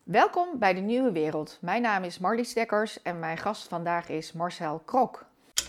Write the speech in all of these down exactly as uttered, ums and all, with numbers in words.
Welkom bij de Nieuwe Wereld. Mijn naam is Marlies Dekkers en mijn gast vandaag is Marcel Krok.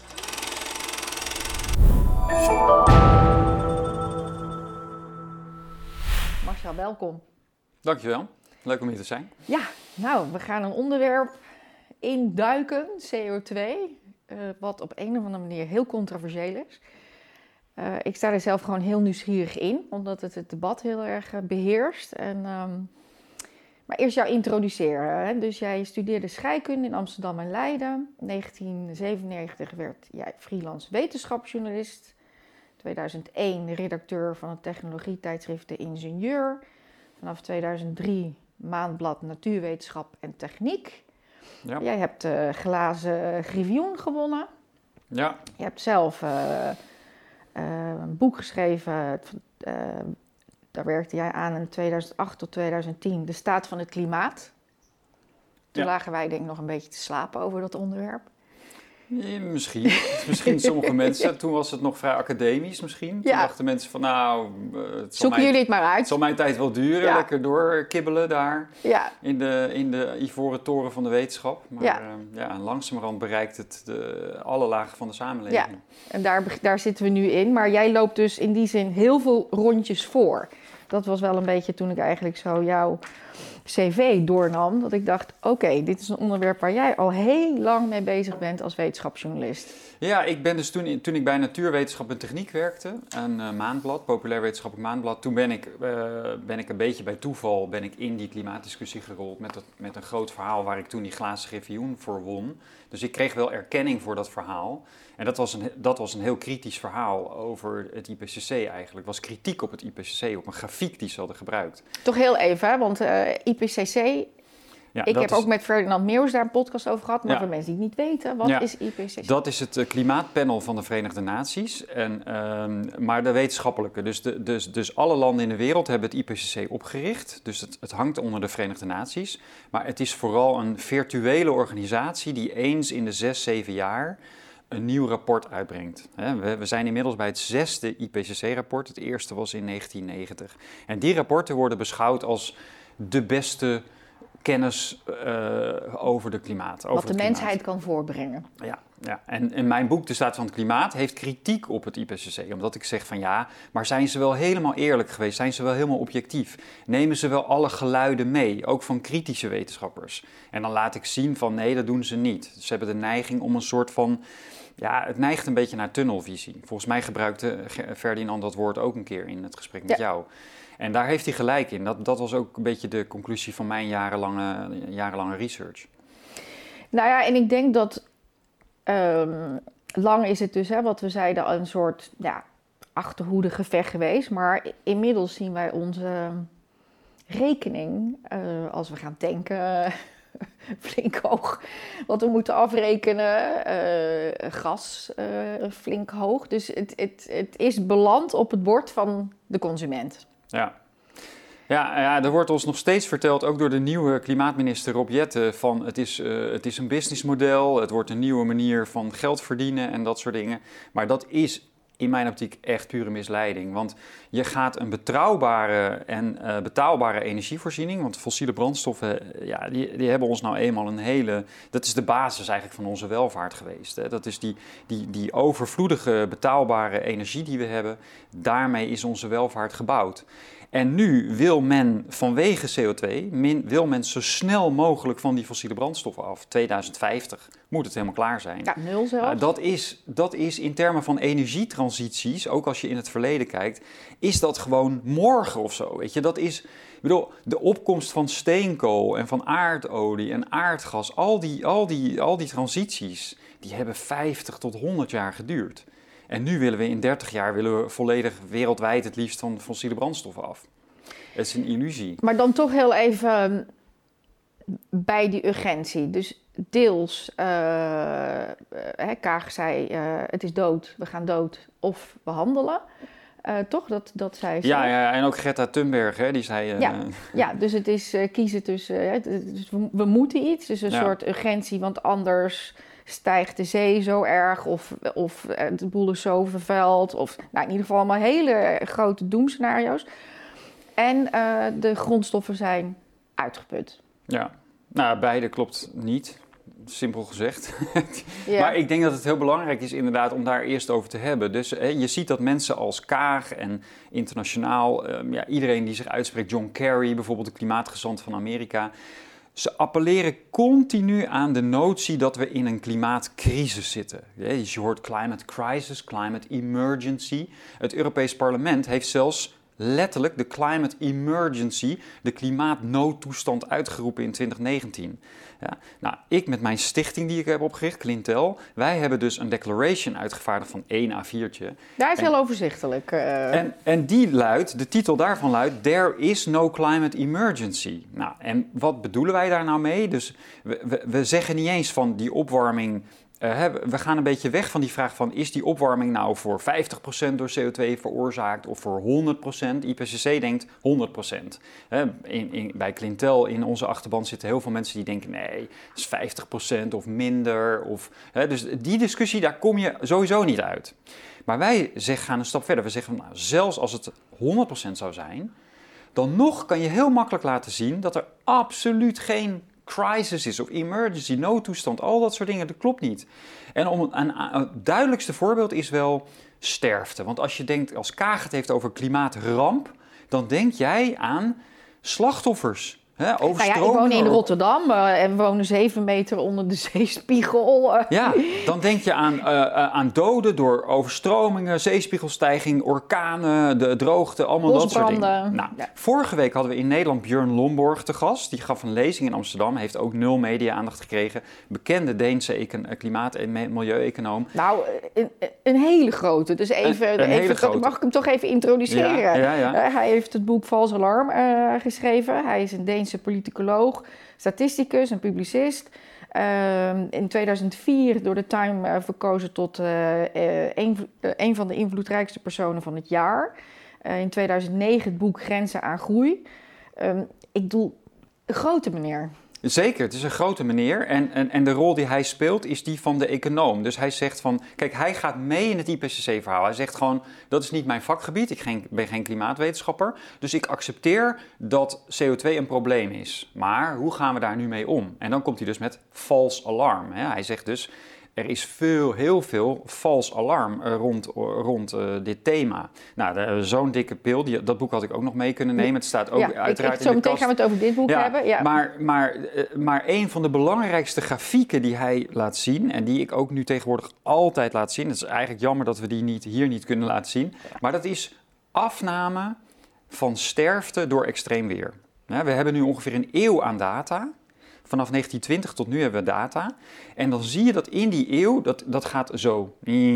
Marcel, welkom. Dankjewel. Leuk om hier te zijn. Ja, nou, we gaan een onderwerp induiken, C O twee, uh, wat op een of andere manier heel controversieel is. Uh, ik sta er zelf gewoon heel nieuwsgierig in, omdat het het debat heel erg uh, beheerst. En, um, maar eerst jou introduceren. Hè? Dus jij studeerde scheikunde in Amsterdam en Leiden. In negentien zevenennegentig werd jij freelance wetenschapsjournalist. tweeduizend één redacteur van het technologietijdschrift De Ingenieur. Vanaf tweeduizend drie maandblad Natuurwetenschap en Techniek. Ja. Jij hebt uh, glazen griffioen gewonnen. Ja. Je hebt zelf uh, uh, een boek geschreven. Uh, daar werkte jij aan in tweeduizend acht tot tweeduizend tien. De staat van het klimaat. Toen ja. lagen wij denk ik nog een beetje te slapen over dat onderwerp. Ja, misschien. Misschien sommige mensen. Toen was het nog vrij academisch misschien. Toen ja. dachten mensen van nou... Het Zoeken mijn, jullie het maar uit. Het zal mijn tijd wel duren. Ja. Lekker doorkibbelen daar. Ja. In, de, in de ivoren toren van de wetenschap. Maar ja. Uh, ja, langzamerhand bereikt het de, alle lagen van de samenleving. Ja. En daar, daar zitten we nu in. Maar jij loopt dus in die zin heel veel rondjes voor. Dat was wel een beetje toen ik eigenlijk zo jouw cv doornam. Dat ik dacht, oké, okay, dit is een onderwerp waar jij al heel lang mee bezig bent als wetenschapsjournalist. Ja, ik ben dus toen, toen ik bij Natuurwetenschap en Techniek werkte, een uh, maandblad, populair wetenschappelijk maandblad. Toen ben ik, uh, ben ik een beetje bij toeval ben ik in die klimaatdiscussie gerold met, dat, met een groot verhaal waar ik toen die glazen griffioen voor won. Dus ik kreeg wel erkenning voor dat verhaal. En dat was een, dat was een heel kritisch verhaal over het I P C C eigenlijk. Het was kritiek op het I P C C, op een grafiek die ze hadden gebruikt. Toch heel even, hè? Want uh, I P C C... Ja, ik heb is... ook met Ferdinand Meeuwis daar een podcast over gehad. Maar ja. voor mensen die het niet weten, wat ja. is I P C C? Dat is het uh, klimaatpanel van de Verenigde Naties. En, um, maar de wetenschappelijke. Dus, de, dus, dus alle landen in de wereld hebben het I P C C opgericht. Dus het, het hangt onder de Verenigde Naties. Maar het is vooral een virtuele organisatie die eens in de zes, zeven jaar een nieuw rapport uitbrengt. We, we zijn inmiddels bij het zesde I P C C-rapport. Het eerste was in negentien negentig. En die rapporten worden beschouwd als de beste kennis uh, over de klimaat. Over Wat de het mensheid klimaat. kan voorbrengen. Ja, ja. En in mijn boek De Staat van het Klimaat heeft kritiek op het I P C C. Omdat ik zeg van ja, maar zijn ze wel helemaal eerlijk geweest? Zijn ze wel helemaal objectief? Nemen ze wel alle geluiden mee? Ook van kritische wetenschappers. En dan laat ik zien van nee, dat doen ze niet. Ze hebben de neiging om een soort van... Ja, het neigt een beetje naar tunnelvisie. Volgens mij gebruikte Ferdinand dat woord ook een keer in het gesprek met ja. jou. En daar heeft hij gelijk in. Dat, dat was ook een beetje de conclusie van mijn jarenlange, jarenlange research. Nou ja, en ik denk dat um, lang is het dus, hè, wat we zeiden, een soort ja, achterhoede gevecht geweest. Maar inmiddels zien wij onze rekening, uh, als we gaan tanken, flink hoog. Wat we moeten afrekenen, uh, gas uh, flink hoog. Dus het, het, het is beland op het bord van de consument. Ja. Ja, ja, er wordt ons nog steeds verteld, ook door de nieuwe klimaatminister Rob Jetten, van het is, uh, het is een businessmodel, het wordt een nieuwe manier van geld verdienen en dat soort dingen. Maar dat is in mijn optiek echt pure misleiding. Want je gaat een betrouwbare en uh, betaalbare energievoorziening, want fossiele brandstoffen, ja, die, die hebben ons nou eenmaal een hele... Dat is de basis eigenlijk van onze welvaart geweest. Hè. Dat is die, die, die overvloedige betaalbare energie die we hebben. Daarmee is onze welvaart gebouwd. En nu wil men vanwege C O twee, min, wil men zo snel mogelijk van die fossiele brandstoffen af. tweeduizend vijftig moet het helemaal klaar zijn. Ja, nul zelfs. Uh, dat, is, dat is in termen van energietransities, ook als je in het verleden kijkt, is dat gewoon morgen of zo. Weet je? Dat is, ik bedoel, de opkomst van steenkool en van aardolie en aardgas, al die, al die, al die transities, die hebben vijftig tot honderd jaar geduurd. En nu willen we in dertig jaar willen we volledig wereldwijd het liefst van fossiele brandstoffen af. Het is een illusie. Maar dan toch heel even bij die urgentie. Dus deels, uh, uh, Kaag zei, uh, het is dood, we gaan dood of we handelen. Uh, toch, dat, dat zei ze. Ja, ja, en ook Greta Thunberg, hè, die zei... Uh, ja, ja, dus het is uh, kiezen tussen... Uh, dus we, we moeten iets, dus een ja. soort urgentie, want anders stijgt de zee zo erg of, of de boel is zo vervuild. Of nou, in ieder geval allemaal hele grote doemscenario's. En uh, de grondstoffen zijn uitgeput. Ja, nou, beide klopt niet. Simpel gezegd. Ja. Maar ik denk dat het heel belangrijk is inderdaad om daar eerst over te hebben. Dus hè, je ziet dat mensen als Kaag en internationaal, um, ja, iedereen die zich uitspreekt, John Kerry, bijvoorbeeld de klimaatgezant van Amerika, ze appelleren continu aan de notie dat we in een klimaatcrisis zitten. Ja, dus je hoort climate crisis, climate emergency. Het Europees Parlement heeft zelfs letterlijk de climate emergency, de klimaatnoodtoestand uitgeroepen in twintig negentien. Ja, nou, ik met mijn stichting die ik heb opgericht, Clintel, wij hebben dus een declaration uitgevaardigd van één A viertje. Daar is en, heel overzichtelijk. Uh... En, en die luidt, de titel daarvan luidt, There is no climate emergency. Nou, en wat bedoelen wij daar nou mee? Dus we, we, we zeggen niet eens van die opwarming. Uh, we gaan een beetje weg van die vraag van, is die opwarming nou voor vijftig procent door C O twee veroorzaakt of voor honderd procent? I P C C denkt honderd procent. Uh, in, in, bij Clintel in onze achterban zitten heel veel mensen die denken, nee, het is vijftig procent of minder. Of, uh, dus die discussie, daar kom je sowieso niet uit. Maar wij zeg, gaan een stap verder. We zeggen, nou, zelfs als het honderd procent zou zijn, dan nog kan je heel makkelijk laten zien dat er absoluut geen crisis is of emergency, noodtoestand, al dat soort dingen, dat klopt niet. En om een, een, een, het duidelijkste voorbeeld is wel sterfte. Want als je denkt, als Kaag het heeft over klimaatramp, dan denk jij aan slachtoffers. Hè, nou ja, ik woon in Rotterdam uh, en we wonen zeven meter onder de zeespiegel. Uh. Ja, dan denk je aan, uh, uh, aan doden door overstromingen, zeespiegelstijging, orkanen, de droogte, allemaal Bosbranden. Dat soort dingen. Nou, ja. Vorige week hadden we in Nederland Björn Lomborg te gast. Die gaf een lezing in Amsterdam, heeft ook nul media-aandacht gekregen. Bekende Deense econ- klimaat- en milieu-econoom. Nou, een, een hele grote. Dus even, een, een even hele grote. mag ik hem toch even introduceren? Ja, ja, ja. Uh, hij heeft het boek Vals Alarm uh, geschreven. Hij is een Deense politicoloog, statisticus en publicist. Uh, in tweeduizend vier door de Time uh, verkozen tot uh, uh, een, uh, een van de invloedrijkste personen van het jaar. Uh, in tweeduizend negen het boek Grenzen aan Groei. Uh, ik bedoel, een grote meneer. Zeker, het is een grote meneer en, en, en de rol die hij speelt is die van de econoom. Dus hij zegt van, kijk, hij gaat mee in het I P C C-verhaal. Hij zegt gewoon, dat is niet mijn vakgebied, ik geen, ben geen klimaatwetenschapper. Dus ik accepteer dat C O twee een probleem is. Maar hoe gaan we daar nu mee om? En dan komt hij dus met vals alarm. Hè? Hij zegt dus, er is veel, heel veel vals alarm uh, rond, uh, rond uh, dit thema. Nou, uh, zo'n dikke pil, die, dat boek had ik ook nog mee kunnen nemen. Het staat ook ja, uiteraard ik, ik, in de kast. Zo meteen gaan we het over dit boek ja, hebben. Ja. Maar, maar, uh, maar een van de belangrijkste grafieken die hij laat zien, en die ik ook nu tegenwoordig altijd laat zien, het is eigenlijk jammer dat we die niet, hier niet kunnen laten zien, maar dat is afname van sterfte door extreem weer. Ja, we hebben nu ongeveer een eeuw aan data. Vanaf negentien twintig tot nu hebben we data. En dan zie je dat in die eeuw, dat, dat gaat zo.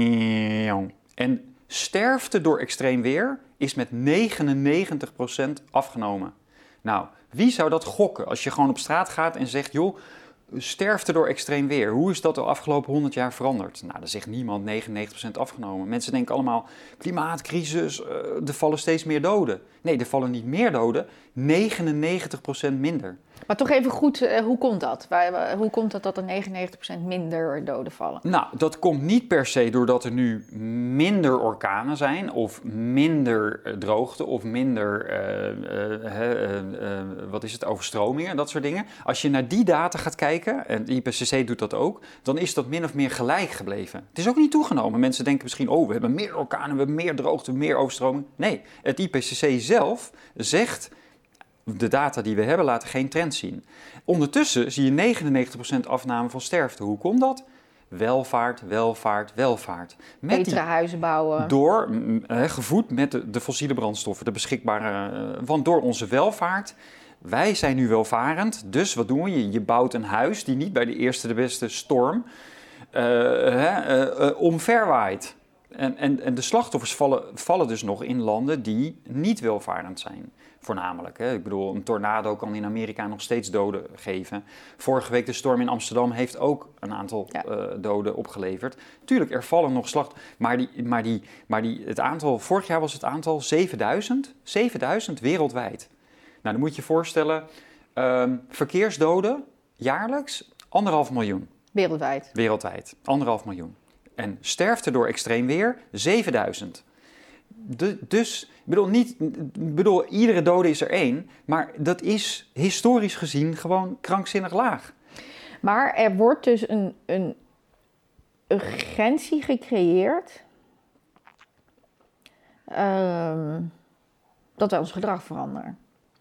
En sterfte door extreem weer is met negenennegentig procent afgenomen. Nou, wie zou dat gokken als je gewoon op straat gaat en zegt, joh, sterfte door extreem weer. Hoe is dat de afgelopen honderd jaar veranderd? Nou, dan zegt niemand negenennegentig procent afgenomen. Mensen denken allemaal, klimaatcrisis, uh, er vallen steeds meer doden. Nee, er vallen niet meer doden, negenennegentig procent minder. Maar toch even goed, uh, hoe komt dat? Waar, hoe komt het dat er negenennegentig procent minder doden vallen? Nou, dat komt niet per se doordat er nu minder orkanen zijn, of minder uh, droogte, of minder, uh, uh, uh, uh, wat is het, overstromingen, dat soort dingen. Als je naar die data gaat kijken, en de I P C C doet dat ook, dan is dat min of meer gelijk gebleven. Het is ook niet toegenomen. Mensen denken misschien, oh, we hebben meer orkanen, we hebben meer droogte, meer overstroming. Nee, het I P C C zelf zegt, de data die we hebben laten geen trend zien. Ondertussen zie je negenennegentig procent afname van sterfte. Hoe komt dat? Welvaart, welvaart, welvaart. Met Betere die, huizen bouwen. Door, eh, gevoed met de, de fossiele brandstoffen, de beschikbare... Uh, want door onze welvaart, wij zijn nu welvarend. Dus wat doen we? Je bouwt een huis die niet bij de eerste de beste storm uh, uh, uh, uh, omverwaait. En, en, en de slachtoffers vallen, vallen dus nog in landen die niet welvarend zijn. Voornamelijk. Hè. Ik bedoel, een tornado kan in Amerika nog steeds doden geven. Vorige week de storm in Amsterdam heeft ook een aantal ja. uh, doden opgeleverd. Tuurlijk, er vallen nog slachtoffers. Maar, die, maar, die, maar die, het aantal, vorig jaar was het aantal zevenduizend. zevenduizend wereldwijd. Nou, dan moet je je voorstellen, um, verkeersdoden jaarlijks anderhalf miljoen. Wereldwijd. Wereldwijd, anderhalf miljoen. En sterfte door extreem weer, zevenduizend. de, dus, ik bedoel, niet, ik bedoel, iedere dode is er één, maar dat is historisch gezien gewoon krankzinnig laag. Maar er wordt dus een, een urgentie gecreëerd um, dat wij ons gedrag veranderen.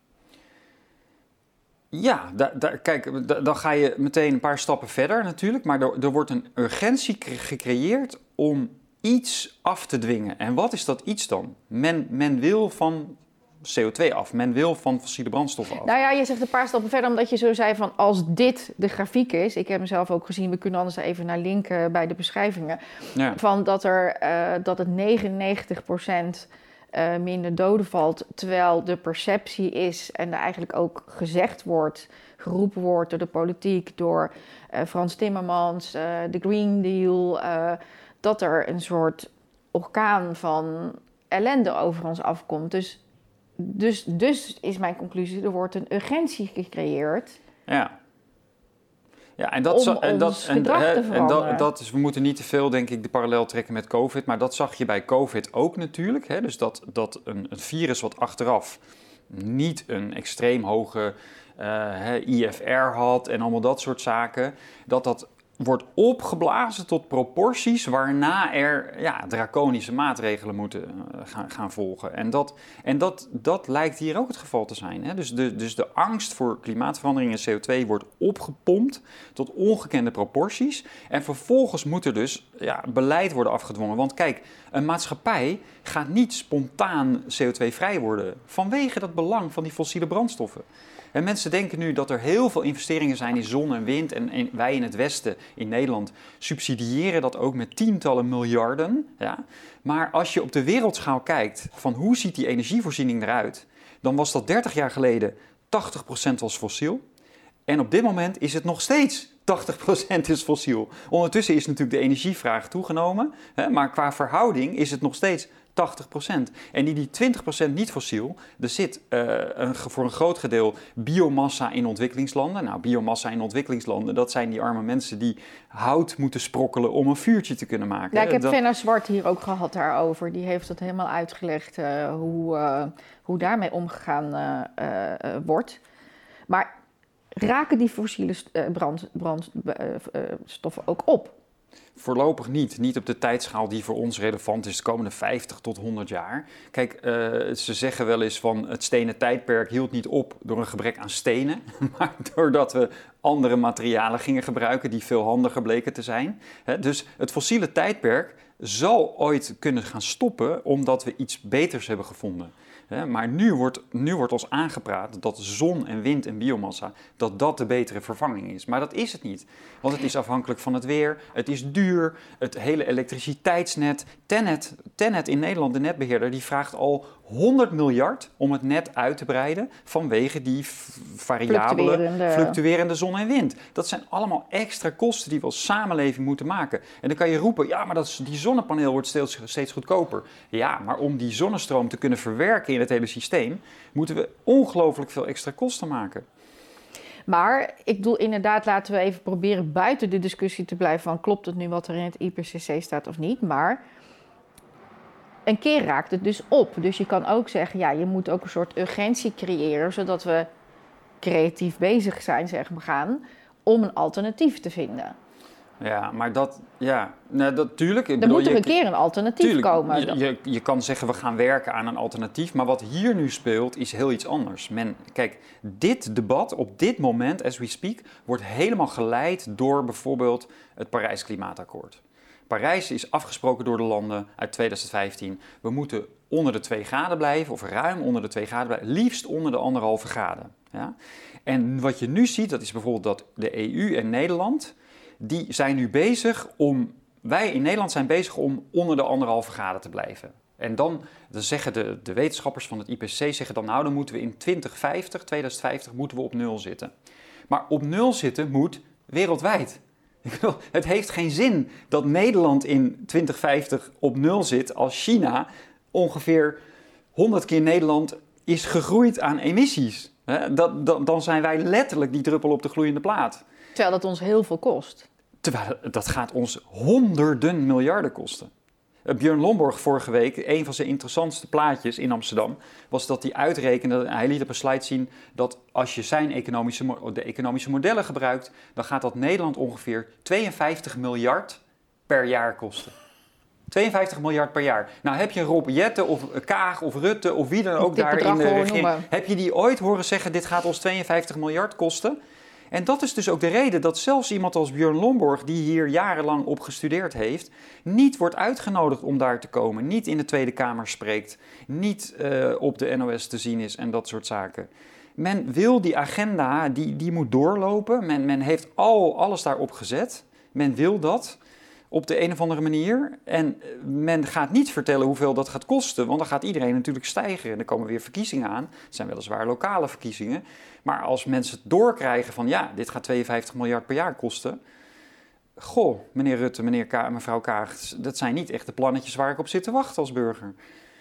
Ja, da, da, kijk, da, dan ga je meteen een paar stappen verder natuurlijk, maar er, er wordt een urgentie gecreëerd om iets af te dwingen. En wat is dat iets dan? Men, men wil van C O twee af, men wil van fossiele brandstoffen af. Nou ja, je zegt een paar stappen verder, omdat je zo zei van als dit de grafiek is, ik heb hem zelf ook gezien, we kunnen anders even naar linken bij de beschrijvingen, ja. van dat, er, uh, dat het negenennegentig procent uh, minder doden valt, terwijl de perceptie is en er eigenlijk ook gezegd wordt, geroepen wordt door de politiek, door uh, Frans Timmermans, uh, de Green Deal, uh, dat er een soort orkaan van ellende over ons afkomt. Dus Dus, dus is mijn conclusie, er wordt een urgentie gecreëerd. Ja. Ja, en dat, om zo, en ons dat, gedrag en, te veranderen. En dat, dat is, we moeten niet te veel, denk ik, de parallel trekken met COVID. Maar dat zag je bij COVID ook natuurlijk. Hè? Dus dat, dat een, een virus wat achteraf niet een extreem hoge uh, I F R had en allemaal dat soort zaken. Dat dat wordt opgeblazen tot proporties waarna er ja, draconische maatregelen moeten uh, gaan, gaan volgen. En, dat, en dat, dat lijkt hier ook het geval te zijn. Hè? Dus, de, dus de angst voor klimaatverandering en C O twee wordt opgepompt tot ongekende proporties. En vervolgens moet er dus ja, beleid worden afgedwongen. Want kijk, een maatschappij gaat niet spontaan C O twee vrij worden vanwege dat belang van die fossiele brandstoffen. En mensen denken nu dat er heel veel investeringen zijn in zon en wind. En, en wij in het Westen, in Nederland, subsidiëren dat ook met tientallen miljarden. Ja? Maar als je op de wereldschaal kijkt van hoe ziet die energievoorziening eruit, dan was dat dertig jaar geleden tachtig procent was fossiel. En op dit moment is het nog steeds tachtig procent is fossiel. Ondertussen is natuurlijk de energievraag toegenomen. Hè? Maar qua verhouding is het nog steeds tachtig procent. En die, die twintig procent niet fossiel, er zit uh, een, voor een groot gedeelte biomassa in ontwikkelingslanden. Nou, biomassa in ontwikkelingslanden, dat zijn die arme mensen die hout moeten sprokkelen om een vuurtje te kunnen maken. Ja, ik heb dat... Venna Zwart hier ook gehad daarover. Die heeft dat helemaal uitgelegd uh, hoe, uh, hoe daarmee omgegaan uh, uh, wordt. Maar raken die fossiele uh, brand, brandstoffen uh, ook op? Voorlopig niet. Niet op de tijdschaal die voor ons relevant is de komende vijftig tot honderd jaar. Kijk, uh, ze zeggen wel eens van het stenen tijdperk hield niet op door een gebrek aan stenen, maar doordat we andere materialen gingen gebruiken die veel handiger bleken te zijn. He, dus het fossiele tijdperk zal ooit kunnen gaan stoppen omdat we iets beters hebben gevonden. He, maar nu wordt, nu wordt ons aangepraat dat zon en wind en biomassa, dat dat de betere vervanging is. Maar dat is het niet. Want het is afhankelijk van het weer, het is duur, het hele elektriciteitsnet. Tennet, Tennet in Nederland, de netbeheerder, die vraagt al honderd miljard om het net uit te breiden vanwege die variabele, fluctuerende. fluctuerende zon en wind. Dat zijn allemaal extra kosten die we als samenleving moeten maken. En dan kan je roepen, ja, maar dat, die zonnepaneel wordt steeds, steeds goedkoper. Ja, maar om die zonnestroom te kunnen verwerken in het hele systeem, moeten we ongelooflijk veel extra kosten maken. Maar ik bedoel inderdaad, laten we even proberen buiten de discussie te blijven van klopt het nu wat er in het I P C C staat of niet. Maar een keer raakt het dus op. Dus je kan ook zeggen, ja, je moet ook een soort urgentie creëren, zodat we creatief bezig zijn, zeg maar, gaan, om een alternatief te vinden. Ja, maar dat, ja, nou, dat tuurlijk. Er bedoel, moet er je, een keer een alternatief tuurlijk, komen. Je, je, je kan zeggen, we gaan werken aan een alternatief, maar wat hier nu speelt, is heel iets anders. Men, kijk, dit debat op dit moment, as we speak, wordt helemaal geleid door bijvoorbeeld het Parijs Klimaatakkoord. Parijs is afgesproken door de landen uit tweeduizend vijftien. We moeten onder de twee graden blijven, of ruim onder de twee graden blijven, liefst onder de anderhalve graden. Ja? En wat je nu ziet, dat is bijvoorbeeld dat de E U en Nederland, die zijn nu bezig om, wij in Nederland zijn bezig om onder de anderhalve graden te blijven. En dan, dan zeggen de, de wetenschappers van het I P C C, zeggen dan nou, dan moeten we in twintig vijftig, tweeduizend vijftig, moeten we op nul zitten. Maar op nul zitten moet wereldwijd. Het heeft geen zin dat Nederland in twintig vijftig op nul zit als China ongeveer honderd keer Nederland is gegroeid aan emissies. Dat, dat, dan zijn wij letterlijk die druppel op de gloeiende plaat. Terwijl dat ons heel veel kost. Terwijl dat gaat ons honderden miljarden kosten. Uh, Björn Lomborg vorige week, een van zijn interessantste plaatjes in Amsterdam, was dat hij uitrekende, hij liet op een slide zien, dat als je zijn economische, de economische modellen gebruikt, dan gaat dat Nederland ongeveer tweeënvijftig miljard per jaar kosten. tweeënvijftig miljard per jaar. Nou, heb je Rob Jetten of Kaag of Rutte of wie dan ook daar in de regering, heb je die ooit horen zeggen, dit gaat ons tweeënvijftig miljard kosten? En dat is dus ook de reden dat zelfs iemand als Björn Lomborg, die hier jarenlang op gestudeerd heeft, niet wordt uitgenodigd om daar te komen, niet in de Tweede Kamer spreekt, niet uh, op de N O S te zien is en dat soort zaken. Men wil die agenda, die, die moet doorlopen. Men, men heeft al alles daarop gezet. Men wil dat op de een of andere manier. En men gaat niet vertellen hoeveel dat gaat kosten, want dan gaat iedereen natuurlijk stijgen. En er komen weer verkiezingen aan. Het zijn weliswaar lokale verkiezingen. Maar als mensen het doorkrijgen van ja, dit gaat tweeënvijftig miljard per jaar kosten. Goh, meneer Rutte, meneer Ka- mevrouw Kaag, dat zijn niet echt de plannetjes waar ik op zit te wachten als burger.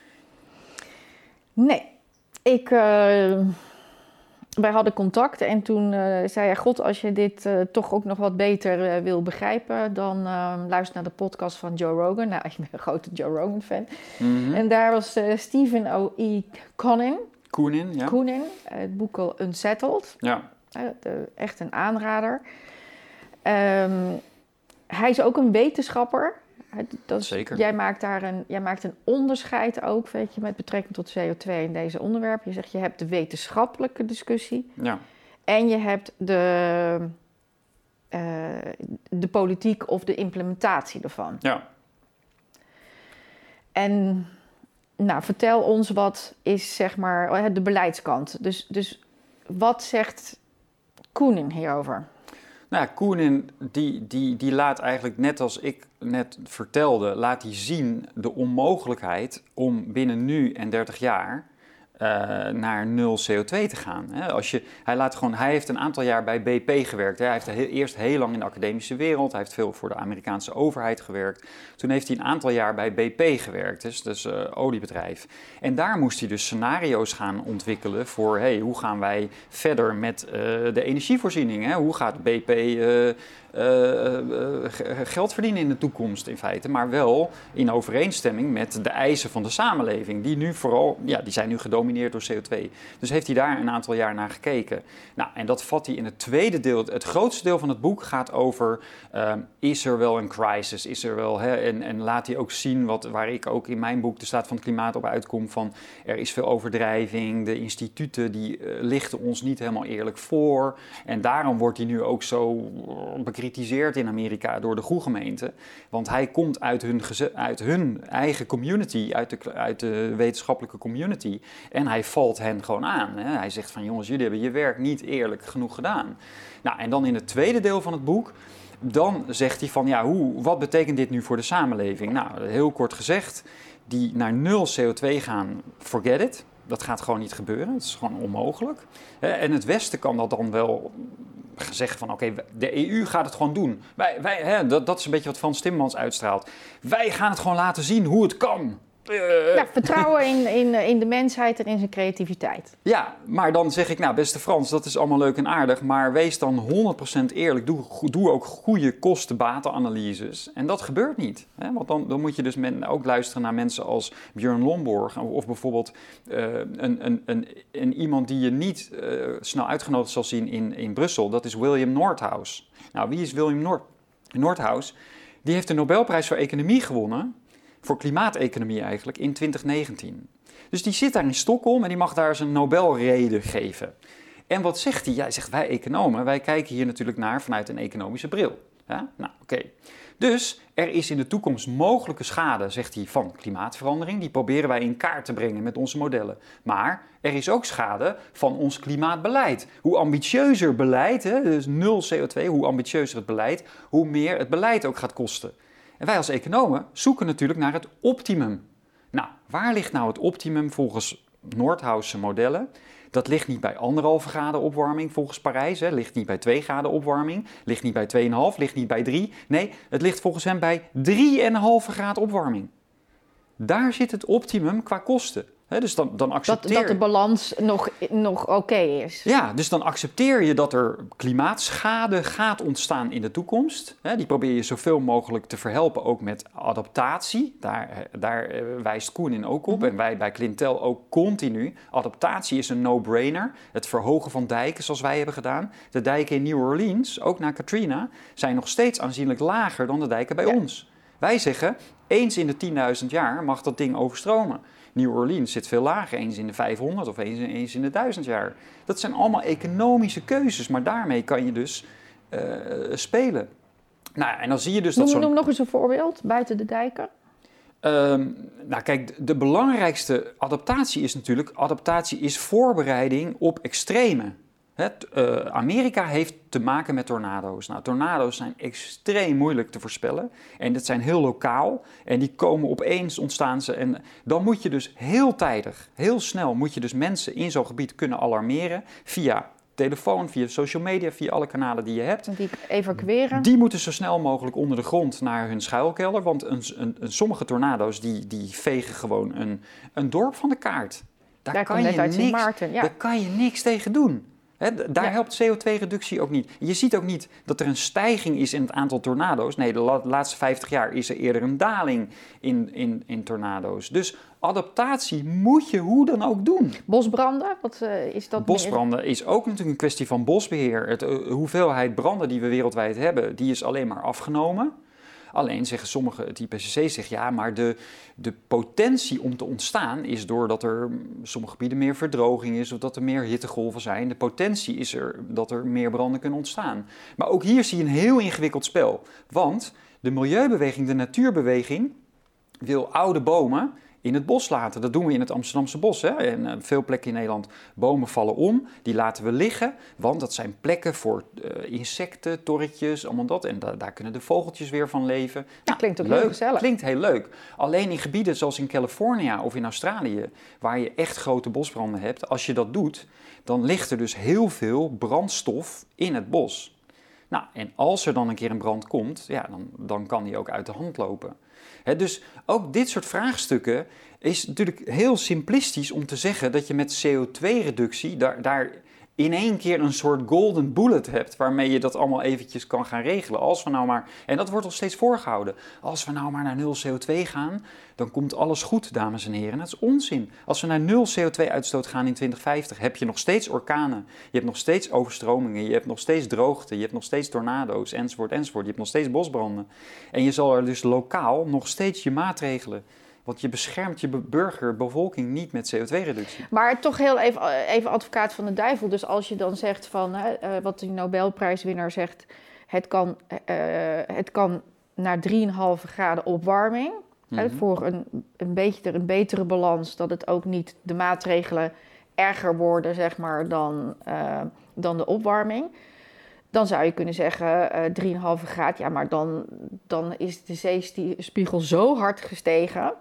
Nee, ik... Uh... Wij hadden contact en toen uh, zei hij, god, als je dit uh, toch ook nog wat beter uh, wil begrijpen, dan uh, luister naar de podcast van Joe Rogan. Nou, ik ben een grote Joe Rogan fan. Mm-hmm. En daar was uh, Stephen O E. Koenin. Koenin, ja. Koenin, uh, het boek al Unsettled. Ja. Uh, de, echt een aanrader. Um, hij is ook een wetenschapper. Dat is, Zeker. Jij maakt daar een, jij maakt een onderscheid ook, weet je, met betrekking tot C O twee in deze onderwerpen. Je zegt, je hebt de wetenschappelijke discussie. Ja. En je hebt de, uh, de politiek of de implementatie ervan. Ja. En nou, vertel ons wat is, zeg maar, de beleidskant. Dus, dus wat zegt Koenin hierover? Nou ja, Koenin die, die, die laat eigenlijk, net als ik net vertelde, laat hij zien de onmogelijkheid om binnen nu en dertig jaar uh, naar nul C O twee te gaan. Hè? Als je, hij, laat gewoon, hij heeft een aantal jaar bij B P gewerkt. Hè? Hij heeft heel, eerst heel lang in de academische wereld, hij heeft veel voor de Amerikaanse overheid gewerkt. Toen heeft hij een aantal jaar bij B P gewerkt, dus, dus uh, oliebedrijf. En daar moest hij dus scenario's gaan ontwikkelen voor hey, hoe gaan wij verder met uh, de energievoorziening. Hè? Hoe gaat B P uh, uh, uh, geld verdienen in de toekomst in feite, maar wel in overeenstemming met de eisen van de samenleving, die nu vooral, ja, die zijn nu gedomineerd door C O twee. Dus heeft hij daar een aantal jaar naar gekeken. Nou, en dat vat hij in het tweede deel, het grootste deel van het boek gaat over, uh, is er wel een crisis, is er wel, hè, en, en laat hij ook zien, wat, waar ik ook in mijn boek de staat van het klimaat op uitkom, van er is veel overdrijving, de instituten die uh, lichten ons niet helemaal eerlijk voor, en daarom wordt hij nu ook zo bekritiseerd in Amerika door de groegemeente, want hij komt uit hun, geze- uit hun eigen community, uit de, uit de wetenschappelijke community, en hij valt hen gewoon aan. Hè. Hij zegt van jongens, jullie hebben je werk niet eerlijk genoeg gedaan. Nou, en dan in het tweede deel van het boek, dan zegt hij van ja, hoe, wat betekent dit nu voor de samenleving? Nou, heel kort gezegd, die naar nul C O twee gaan, forget it. Dat gaat gewoon niet gebeuren, dat is gewoon onmogelijk. En het Westen kan dat dan wel zeggen van oké, okay, de E U gaat het gewoon doen. Wij, wij, hè, dat, dat is een beetje wat Frans Timmermans uitstraalt. Wij gaan het gewoon laten zien hoe het kan. Uh. Ja, vertrouwen in, in, in de mensheid en in zijn creativiteit. Ja, maar dan zeg ik, nou beste Frans, dat is allemaal leuk en aardig, maar wees dan honderd procent eerlijk. Doe, doe ook goede kosten-batenanalyses. En dat gebeurt niet. Hè? Want dan, dan moet je dus men, ook luisteren naar mensen als Björn Lomborg of, of bijvoorbeeld uh, een, een, een, een iemand die je niet uh, snel uitgenodigd zal zien in, in Brussel. Dat is William Nordhaus. Nou, wie is William Nord- Nordhaus? Die heeft de Nobelprijs voor Economie gewonnen. Voor klimaateconomie eigenlijk, in twintig negentien. Dus die zit daar in Stockholm en die mag daar zijn Nobelrede geven. En wat zegt hij? Ja, hij zegt, wij economen, wij kijken hier natuurlijk naar vanuit een economische bril. Ja? Nou, oké. Okay. Dus er is in de toekomst mogelijke schade, zegt hij, van klimaatverandering. Die proberen wij in kaart te brengen met onze modellen. Maar er is ook schade van ons klimaatbeleid. Hoe ambitieuzer beleid, hè, dus nul C O twee, hoe ambitieuzer het beleid, hoe meer het beleid ook gaat kosten. En wij als economen zoeken natuurlijk naar het optimum. Nou, waar ligt nou het optimum volgens Nordhaus' modellen? Dat ligt niet bij anderhalve graden opwarming volgens Parijs. Hè. Ligt niet bij twee graden opwarming. Ligt niet bij twee komma vijf. Ligt niet bij drie. Nee, het ligt volgens hem bij drie komma vijf graden opwarming. Daar zit het optimum qua kosten. He, dus dan, dan accepteer dat, dat de balans nog, nog oké okay is. Ja, dus dan accepteer je dat er klimaatschade gaat ontstaan in de toekomst. He, die probeer je zoveel mogelijk te verhelpen, ook met adaptatie. Daar, daar wijst Koen in ook op. Mm-hmm. En wij bij Clintel ook continu. Adaptatie is een no-brainer. Het verhogen van dijken, zoals wij hebben gedaan. De dijken in New Orleans, ook na Katrina, zijn nog steeds aanzienlijk lager dan de dijken bij ja. ons. Wij zeggen, eens in de tienduizend jaar mag dat ding overstromen. New Orleans zit veel lager, eens in de vijfhonderd of eens, eens in de duizend jaar. Dat zijn allemaal economische keuzes, maar daarmee kan je dus uh, spelen. Nou, en dan zie je dus noem, dat zo'n... Noem nog eens een voorbeeld, buiten de dijken. Um, nou kijk, de belangrijkste adaptatie is natuurlijk... adaptatie is voorbereiding op extreme. Het, uh, Amerika heeft te maken met tornado's. Nou, tornado's zijn extreem moeilijk te voorspellen. En dat zijn heel lokaal. En die komen opeens, ontstaan ze. En dan moet je dus heel tijdig, heel snel... moet je dus mensen in zo'n gebied kunnen alarmeren... via telefoon, via social media, via alle kanalen die je hebt. Die evacueren. Die moeten zo snel mogelijk onder de grond naar hun schuilkelder. Want een, een, een, sommige tornado's die, die vegen gewoon een, een dorp van de kaart. Daar, daar kan je niks, Maarten, ja. daar kan je niks tegen doen. He, daar ja. helpt C O twee reductie ook niet. Je ziet ook niet dat er een stijging is in het aantal tornado's. Nee, de la- laatste vijftig jaar is er eerder een daling in, in, in tornado's. Dus adaptatie moet je hoe dan ook doen. Bosbranden, wat uh, is dat? Bosbranden meer? Is ook natuurlijk een kwestie van bosbeheer. Het, uh, hoeveelheid branden die we wereldwijd hebben, die is alleen maar afgenomen. Alleen zeggen sommigen, het I P C C zegt ja, maar de, de potentie om te ontstaan is doordat er in sommige gebieden meer verdroging is of dat er meer hittegolven zijn. De potentie is er dat er meer branden kunnen ontstaan. Maar ook hier zie je een heel ingewikkeld spel. Want de milieubeweging, de natuurbeweging, wil oude bomen in het bos laten. Dat doen we in het Amsterdamse bos. Hè? En uh, veel plekken in Nederland, bomen vallen om. Die laten we liggen, want dat zijn plekken voor uh, insecten, torretjes, allemaal dat. En da- daar kunnen de vogeltjes weer van leven. Dat nou, klinkt ook leuk, heel gezellig. Klinkt heel leuk. Alleen in gebieden zoals in Californië of in Australië, waar je echt grote bosbranden hebt, als je dat doet, dan ligt er dus heel veel brandstof in het bos. Nou, en als er dan een keer een brand komt, ja, dan, dan kan die ook uit de hand lopen. He, dus ook dit soort vraagstukken is natuurlijk heel simplistisch om te zeggen dat je met C O twee reductie daar, daar in één keer een soort golden bullet hebt waarmee je dat allemaal eventjes kan gaan regelen. Als we nou maar, en dat wordt al steeds voorgehouden, als we nou maar naar nul C O twee gaan, dan komt alles goed, dames en heren. Dat is onzin. Als we naar nul C O twee uitstoot gaan in twintig vijftig, heb je nog steeds orkanen, je hebt nog steeds overstromingen, je hebt nog steeds droogte, je hebt nog steeds tornado's, enzovoort, enzovoort. Je hebt nog steeds bosbranden. En je zal er dus lokaal nog steeds je maatregelen. Want je beschermt je burger, bevolking niet met C O twee reductie. Maar toch heel even, even advocaat van de duivel. Dus als je dan zegt van, uh, wat de Nobelprijswinnaar zegt, het kan, uh, het kan naar drie komma vijf graden opwarming. Mm-hmm. Hè, voor een, een beetje een betere balans, dat het ook niet de maatregelen erger worden, zeg maar, dan, uh, dan de opwarming. Dan zou je kunnen zeggen, uh, drie komma vijf graden, ja, maar dan, dan is de zeespiegel zo hard gestegen.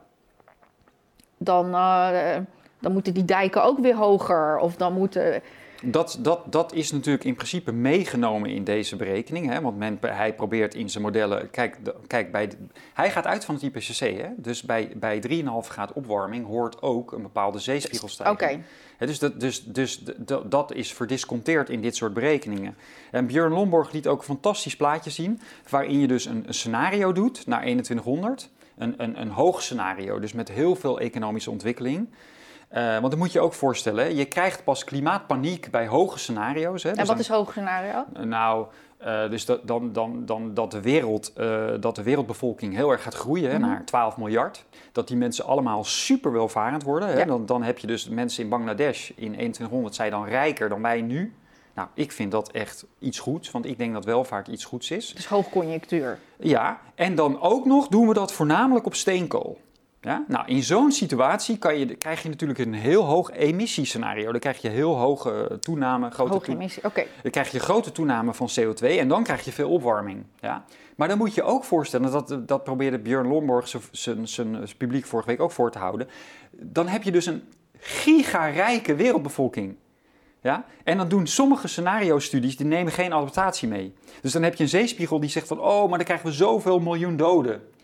Dan, uh, dan moeten die dijken ook weer hoger. Of dan moeten... Dat, dat, dat is natuurlijk in principe meegenomen in deze berekening. Hè? Want men, hij probeert in zijn modellen... Kijk, de, kijk bij de, hij gaat uit van het I P C C. Hè? Dus bij, bij drie komma vijf graden opwarming hoort ook een bepaalde zeespiegelstijging. Oké. He, dus dat, dus, dus dat, dat is verdisconteerd in dit soort berekeningen. En Björn Lomborg liet ook een fantastisch plaatje zien, waarin je dus een, een scenario doet naar eenentwintighonderd. Een, een, een hoog scenario, dus met heel veel economische ontwikkeling. Uh, want dan moet je ook voorstellen, je krijgt pas klimaatpaniek bij hoge scenario's. Hè. En dus wat dan, is hoog scenario? Nou, uh, dus dat, dan, dan, dan, dat, de wereld, uh, dat de wereldbevolking heel erg gaat groeien, mm-hmm. naar twaalf miljard. Dat die mensen allemaal super welvarend worden. Hè. Ja. Dan, dan heb je dus mensen in Bangladesh in eenentwintighonderd zijn dan rijker dan wij nu. Nou, ik vind dat echt iets goeds, want ik denk dat welvaart iets goeds is. Dus hoogconjunctuur. Ja, en dan ook nog doen we dat voornamelijk op steenkool. Ja? Nou, in zo'n situatie kan je, krijg je natuurlijk een heel hoog emissiescenario. Dan krijg je heel hoge toename. Grote hoge emissie, oké. Okay. Dan krijg je grote toename van C O twee en dan krijg je veel opwarming. Ja? Maar dan moet je ook voorstellen, dat, dat probeerde Björn Lomborg zijn publiek vorige week ook voor te houden. Dan heb je dus een gigarijke wereldbevolking. Ja? En dan doen sommige scenario-studies, die nemen geen adaptatie mee. Dus dan heb je een zeespiegel die zegt van, oh, maar dan krijgen we zoveel miljoen doden.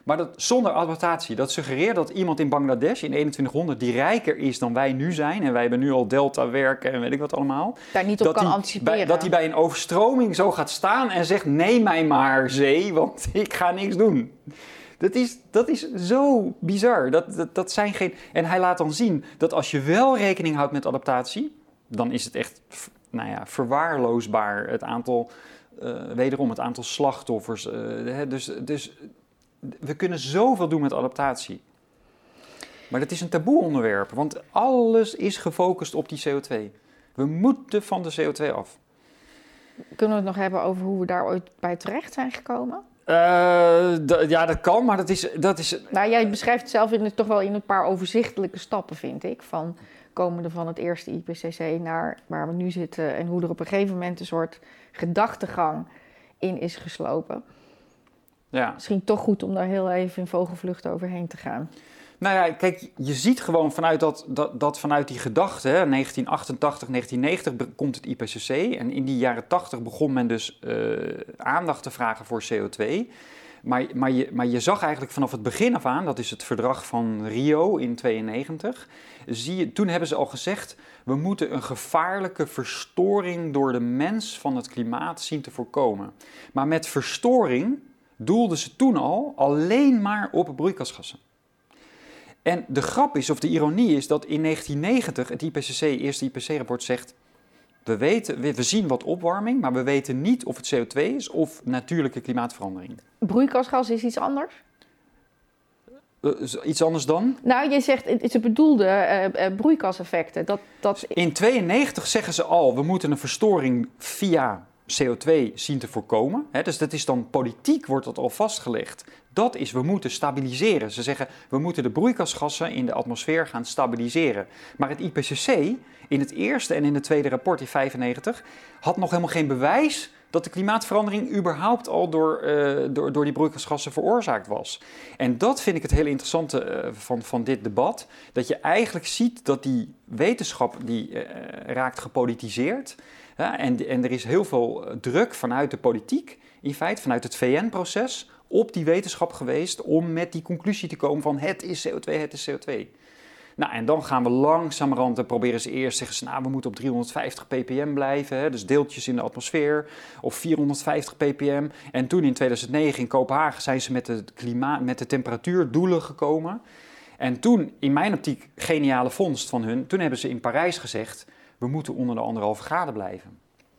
Maar dat, zonder adaptatie, dat suggereert dat iemand in Bangladesh in eenentwintighonderd die rijker is dan wij nu zijn, en wij hebben nu al delta werken en weet ik wat allemaal, daar niet op dat kan die, anticiperen. Bij, dat hij bij een overstroming zo gaat staan en zegt, neem mij maar zee, want ik ga niks doen. Dat is, dat is zo bizar. Dat, dat, dat zijn geen... En hij laat dan zien dat als je wel rekening houdt met adaptatie, dan is het echt, nou ja, verwaarloosbaar het aantal, uh, wederom het aantal slachtoffers. Uh, hè, dus, dus we kunnen zoveel doen met adaptatie. Maar dat is een taboe onderwerp, want alles is gefocust op die C O twee. We moeten van de C O twee af. Kunnen we het nog hebben over hoe we daar ooit bij terecht zijn gekomen? Uh, d- ja, dat kan, maar dat is... Dat is... Nou, jij beschrijft het zelf in, toch wel in een paar overzichtelijke stappen, vind ik. Van komende van het eerste I P C C naar waar we nu zitten en hoe er op een gegeven moment een soort gedachtegang in is geslopen. Ja. Misschien toch goed om daar heel even in vogelvlucht overheen te gaan. Nou ja, kijk, je ziet gewoon vanuit, dat, dat, dat vanuit die gedachte, hè, negentien achtentachtig, negentien negentig komt het I P C C. En in die jaren tachtig begon men dus uh, aandacht te vragen voor C O twee. Maar, maar, je, maar je zag eigenlijk vanaf het begin af aan, dat is het verdrag van Rio in tweeënnegentig, zie je, toen hebben ze al gezegd, we moeten een gevaarlijke verstoring door de mens van het klimaat zien te voorkomen. Maar met verstoring doelden ze toen al alleen maar op broeikasgassen. En de grap is, of de ironie is, dat in negentien negentig het I P C C, eerste I P C C-rapport zegt, we, weten, we, we zien wat opwarming, maar we weten niet of het C O twee is of natuurlijke klimaatverandering. Broeikasgas is iets anders? Uh, iets anders dan? Nou, je zegt, het is het bedoelde uh, uh, broeikaseffecten. Dat, dat... In tweeënnegentig zeggen ze al, we moeten een verstoring via C O twee zien te voorkomen. He, dus dat is dan politiek, wordt dat al vastgelegd. Dat is, we moeten stabiliseren. Ze zeggen, we moeten de broeikasgassen in de atmosfeer gaan stabiliseren. Maar het I P C C, in het eerste en in het tweede rapport in vijfennegentig, had nog helemaal geen bewijs dat de klimaatverandering überhaupt al door, uh, door, door die broeikasgassen veroorzaakt was. En dat vind ik het hele interessante uh, van, van dit debat. Dat je eigenlijk ziet dat die wetenschap die uh, raakt gepolitiseerd. Ja, en, en er is heel veel druk vanuit de politiek, in feite vanuit het V N-proces, op die wetenschap geweest om met die conclusie te komen van het is C O twee, het is C O twee. Nou, en dan gaan we langzamerhand en proberen ze eerst zeggen ze, nou, we moeten op driehonderdvijftig ppm blijven, hè, dus deeltjes in de atmosfeer, of vierhonderdvijftig ppm. En toen in tweeduizend negen in Kopenhagen zijn ze met de, klimaat, met de temperatuurdoelen gekomen. En toen, in mijn optiek, geniale vondst van hun, toen hebben ze in Parijs gezegd, we moeten onder de anderhalve graden blijven.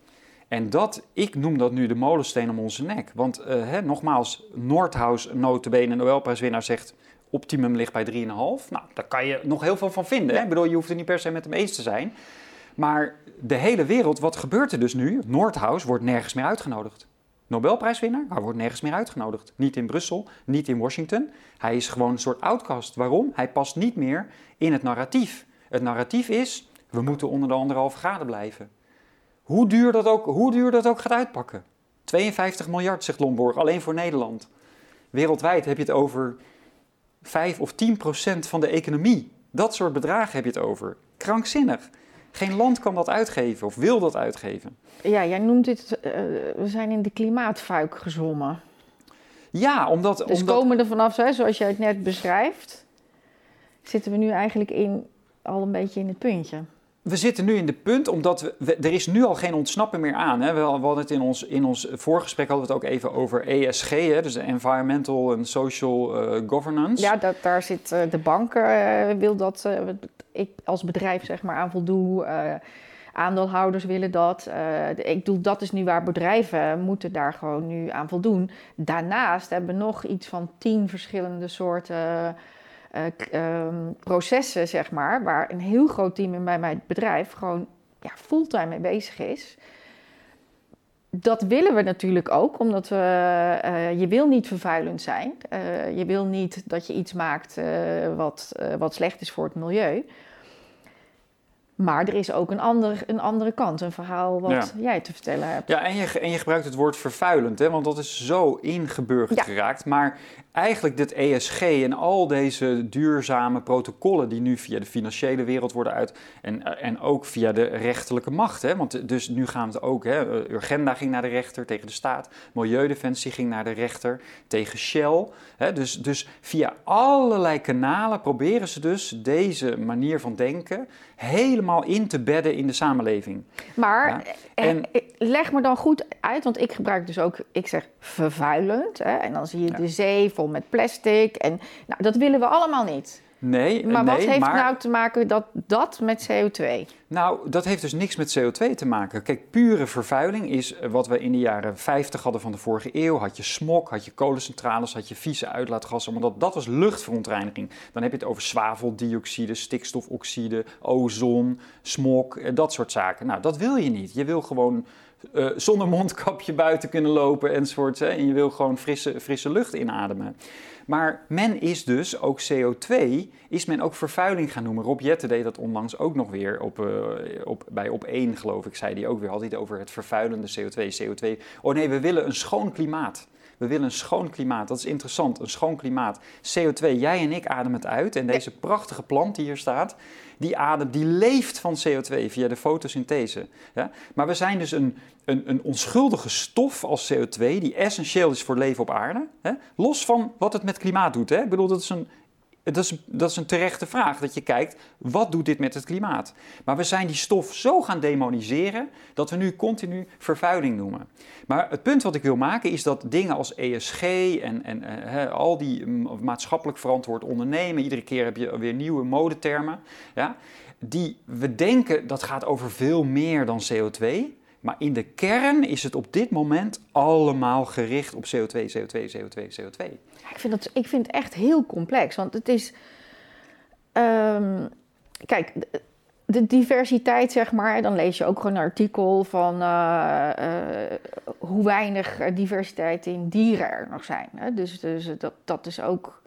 En dat, ik noem dat nu de molensteen om onze nek. Want uh, hè, nogmaals, Nordhaus, nota bene Nobelprijswinnaar, zegt optimum ligt bij drie komma vijf. Nou, daar kan je nog heel veel van vinden. Hè? Ik bedoel, je hoeft er niet per se met hem eens te zijn. Maar de hele wereld, wat gebeurt er dus nu? Nordhaus wordt nergens meer uitgenodigd. Nobelprijswinnaar, hij wordt nergens meer uitgenodigd. Niet in Brussel, niet in Washington. Hij is gewoon een soort outcast. Waarom? Hij past niet meer in het narratief. Het narratief is, we moeten onder de anderhalve graden blijven. Hoe duur dat ook, hoe duur dat ook gaat uitpakken. tweeënvijftig miljard, zegt Lomborg, alleen voor Nederland. Wereldwijd heb je het over vijf of tien procent van de economie. Dat soort bedragen heb je het over. Krankzinnig. Geen land kan dat uitgeven of wil dat uitgeven. Ja, jij noemt dit, uh, we zijn in de klimaatfuik gezwommen. Ja, omdat... Dus omdat... komen er vanaf, hè, zoals jij het net beschrijft, zitten we nu eigenlijk in, al een beetje in het puntje. We zitten nu in de punt, omdat we, we, er is nu al geen ontsnappen meer aan. Hè. We, we hadden het in ons, in ons voorgesprek hadden we het ook even over E S G, hè, dus de Environmental and Social uh, Governance. Ja, dat, daar zit uh, de bank, uh, wil dat uh, ik als bedrijf zeg maar aan voldoe. Uh, aandeelhouders willen dat. Uh, ik bedoel, dat is nu waar bedrijven moeten daar gewoon nu aan voldoen. Daarnaast hebben we nog iets van tien verschillende soorten Uh, uh, processen, zeg maar, waar een heel groot team in bij mijn bedrijf gewoon ja, fulltime mee bezig is. Dat willen we natuurlijk ook, omdat we, uh, je wil niet vervuilend zijn. Uh, je wil niet dat je iets maakt uh, wat, uh, wat slecht is voor het milieu. Maar er is ook een, ander, een andere kant, een verhaal wat ja. jij te vertellen hebt. Ja, en je, en je gebruikt het woord vervuilend, hè, want dat is zo ingeburgerd ja. geraakt. Maar eigenlijk dit E S G en al deze duurzame protocollen die nu via de financiële wereld worden uit... en, en ook via de rechterlijke macht. Hè, want dus nu gaan we het ook... Hè, Urgenda ging naar de rechter tegen de staat. Milieudefensie ging naar de rechter tegen Shell. Hè, dus, dus via allerlei kanalen proberen ze dus deze manier van denken... helemaal in te bedden in de samenleving. Maar ja? en, leg me dan goed uit, want ik gebruik dus ook, ik zeg vervuilend. Hè, en dan zie je ja. de zee vol met plastic. En nou, dat willen we allemaal niet. Nee, maar nee, wat heeft maar... nou te maken dat, dat met C O twee? Nou, dat heeft dus niks met C O twee te maken. Kijk, pure vervuiling is wat we in de jaren vijftig hadden van de vorige eeuw. Had je smog, had je kolencentrales, had je vieze uitlaatgassen. Maar dat, dat was luchtverontreiniging. Dan heb je het over zwaveldioxide, stikstofoxide, ozon, smog, dat soort zaken. Nou, dat wil je niet. Je wil gewoon uh, zonder mondkapje buiten kunnen lopen enzovoort. Hè? En je wil gewoon frisse, frisse lucht inademen. Maar men is dus ook C O twee, is men ook vervuiling gaan noemen. Rob Jetten deed dat onlangs ook nog weer op, uh, op, bij Op één, geloof ik, zei hij ook weer. Had hij het over het vervuilende C O twee. C O twee. Oh nee, we willen een schoon klimaat. We willen een schoon klimaat. Dat is interessant, een schoon klimaat. C O twee, jij en ik ademen het uit. En deze prachtige plant die hier staat, die ademt, die leeft van C O twee via de fotosynthese. Ja? Maar we zijn dus een, een, een onschuldige stof als C O twee die essentieel is voor leven op aarde. Hè? Los van wat het met klimaat doet. Hè? Ik bedoel, dat is een... Dat is, dat is een terechte vraag, dat je kijkt, wat doet dit met het klimaat? Maar we zijn die stof zo gaan demoniseren, dat we nu continu vervuiling noemen. Maar het punt wat ik wil maken is dat dingen als E S G en, en uh, al die maatschappelijk verantwoord ondernemen, iedere keer heb je weer nieuwe modetermen, ja, die we denken dat gaat over veel meer dan C O twee... Maar in de kern is het op dit moment allemaal gericht op C O twee, C O twee, C O twee, C O twee. Ik vind het, ik vind het echt heel complex, want het is... Um, kijk, de, de diversiteit, zeg maar, dan lees je ook gewoon een artikel van uh, uh, hoe weinig diversiteit in dieren er nog zijn. Hè? Dus, dus dat, dat is ook...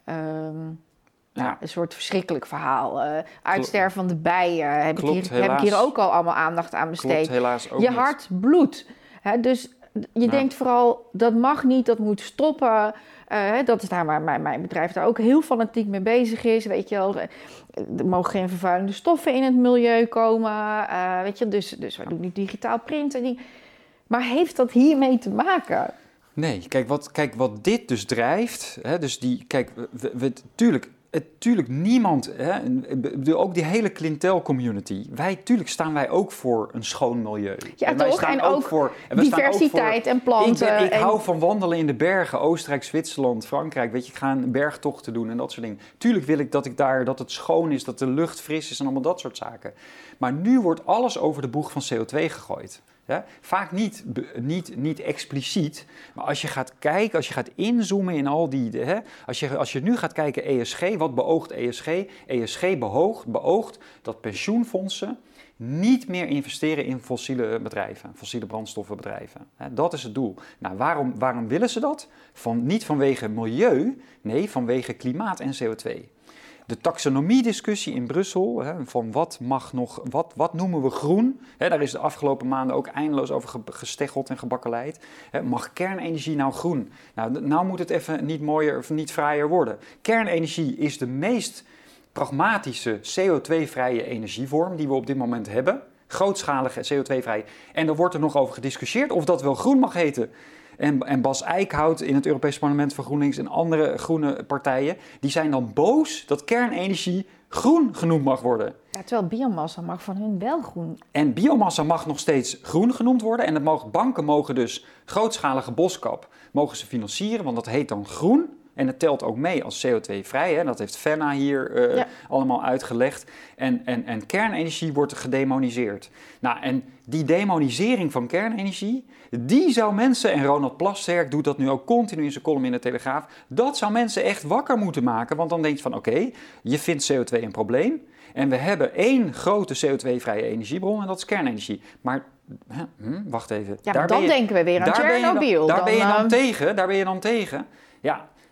Um, Ja. Ja, een soort verschrikkelijk verhaal. Uh, uitsterven van de bijen heb, Klopt, ik hier, heb ik hier ook al allemaal aandacht aan besteed. Klopt, helaas ook je niet. hart bloedt. Hè, dus je ja. denkt vooral, dat mag niet, dat moet stoppen. Uh, dat is daar waar mijn, mijn bedrijf daar ook heel fanatiek mee bezig is. Weet je wel, er mogen geen vervuilende stoffen in het milieu komen. Uh, weet je, dus, dus wij doen niet digitaal printen. Maar heeft dat hiermee te maken? Nee, kijk wat, kijk, wat dit dus drijft. Hè, dus die, kijk, we, we, tuurlijk... Tuurlijk, niemand, hè, ook die hele Clintel-community, wij, tuurlijk staan wij ook voor een schoon milieu. Ja, en wij toch? Staan en ook ook voor en diversiteit voor, en planten. Ik, ben, ik en... hou van wandelen in de bergen, Oostenrijk, Zwitserland, Frankrijk. Weet je, ik ga bergtochten doen en dat soort dingen. Tuurlijk wil ik dat ik daar, dat het schoon is, dat de lucht fris is en allemaal dat soort zaken. Maar nu wordt alles over de boeg van C O twee gegooid. Ja? Vaak niet, niet, niet expliciet, maar als je gaat kijken, als je gaat inzoomen in al die... Hè, als, je, als je nu gaat kijken E S G, wat beoogt E S G? E S G beoogt, beoogt dat pensioenfondsen niet meer investeren in fossiele bedrijven, fossiele brandstoffenbedrijven. Hè, dat is het doel. Nou, waarom, waarom willen ze dat? Van, niet vanwege milieu, nee, vanwege klimaat en C O twee. De taxonomie-discussie in Brussel, hè, van wat mag nog, wat, wat noemen we groen? Hè, daar is de afgelopen maanden ook eindeloos over gesteggeld en gebakkeleid. Hè, mag kernenergie nou groen? Nou, nou moet het even niet mooier of niet fraaier worden. Kernenergie is de meest pragmatische C O twee-vrije energievorm die we op dit moment hebben. Grootschalige C O twee-vrij. En er wordt er nog over gediscussieerd of dat wel groen mag heten. En, en Bas Eickhout in het Europees Parlement voor GroenLinks en andere groene partijen, die zijn dan boos dat kernenergie groen genoemd mag worden. Ja, terwijl biomassa mag van hun wel groen. En biomassa mag nog steeds groen genoemd worden. En dat mogen, banken mogen dus grootschalige boskap mogen ze financieren, want dat heet dan groen. En het telt ook mee als C O twee-vrij. Hè? Dat heeft Fenna hier uh, ja. allemaal uitgelegd. En, en, en kernenergie wordt gedemoniseerd. Nou, en die demonisering van kernenergie, die zou mensen, en Ronald Plasterk doet dat nu ook continu in zijn column in de Telegraaf, dat zou mensen echt wakker moeten maken. Want dan denk je van, oké, okay, je vindt C O twee een probleem. En we hebben één grote C O twee-vrije energiebron en dat is kernenergie. Maar, hm, wacht even. Ja, daar dan je, denken we weer aan Tsjernobyl. Daar dan, ben je dan uh... tegen, daar ben je dan tegen. Ja.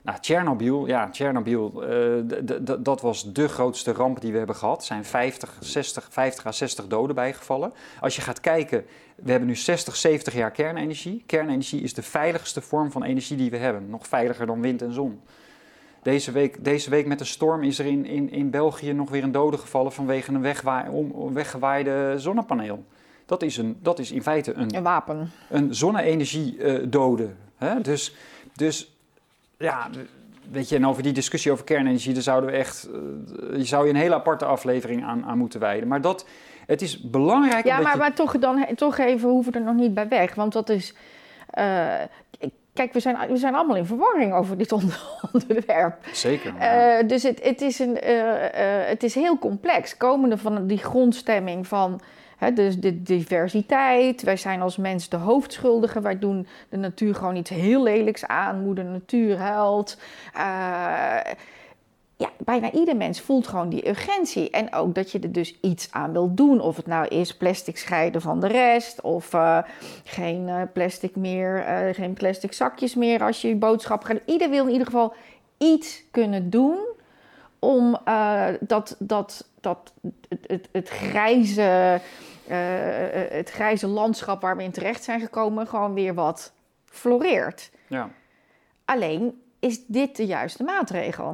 Nou, Tsjernobyl, ja, Tsjernobyl, uh, d- d- d- dat was de grootste ramp die we hebben gehad. Er zijn vijftig, zestig, vijftig à zestig doden bijgevallen. Als je gaat kijken, we hebben nu zestig, zeventig jaar kernenergie. Kernenergie is de veiligste vorm van energie die we hebben. Nog veiliger dan wind en zon. Deze week, deze week met een storm is er in, in, in België nog weer een dode gevallen vanwege een wegwaai, om, weggewaaide zonnepaneel. Dat is, een, dat is in feite een, Een wapen. Een zonne-energie-dode. Uh, dus, dus ja, weet je, en over die discussie over kernenergie, daar zouden we echt, uh, je zou je een hele aparte aflevering aan, aan moeten wijden. Maar dat, het is belangrijk. Ja, maar, je... maar toch, dan, toch even hoeven we er nog niet bij weg. Want dat is. Uh, kijk, we zijn, we zijn allemaal in verwarring over dit onderwerp. Zeker. Ja. Uh, dus het, het, is een, uh, uh, het is heel complex. Komende van die grondstemming van. He, dus de diversiteit, wij zijn als mens de hoofdschuldigen, wij doen de natuur gewoon iets heel lelijks aan, moeder natuur huilt. Uh, ja, bijna ieder mens voelt gewoon die urgentie en ook dat je er dus iets aan wil doen. Of het nou is plastic scheiden van de rest of uh, geen uh, plastic meer, uh, geen plastic zakjes meer als je je boodschap gaat. Ieder wil in ieder geval iets kunnen doen om uh, dat, dat, dat, het, het, het grijze... Uh, het grijze landschap waar we in terecht zijn gekomen gewoon weer wat floreert. Ja. Alleen, is dit de juiste maatregel?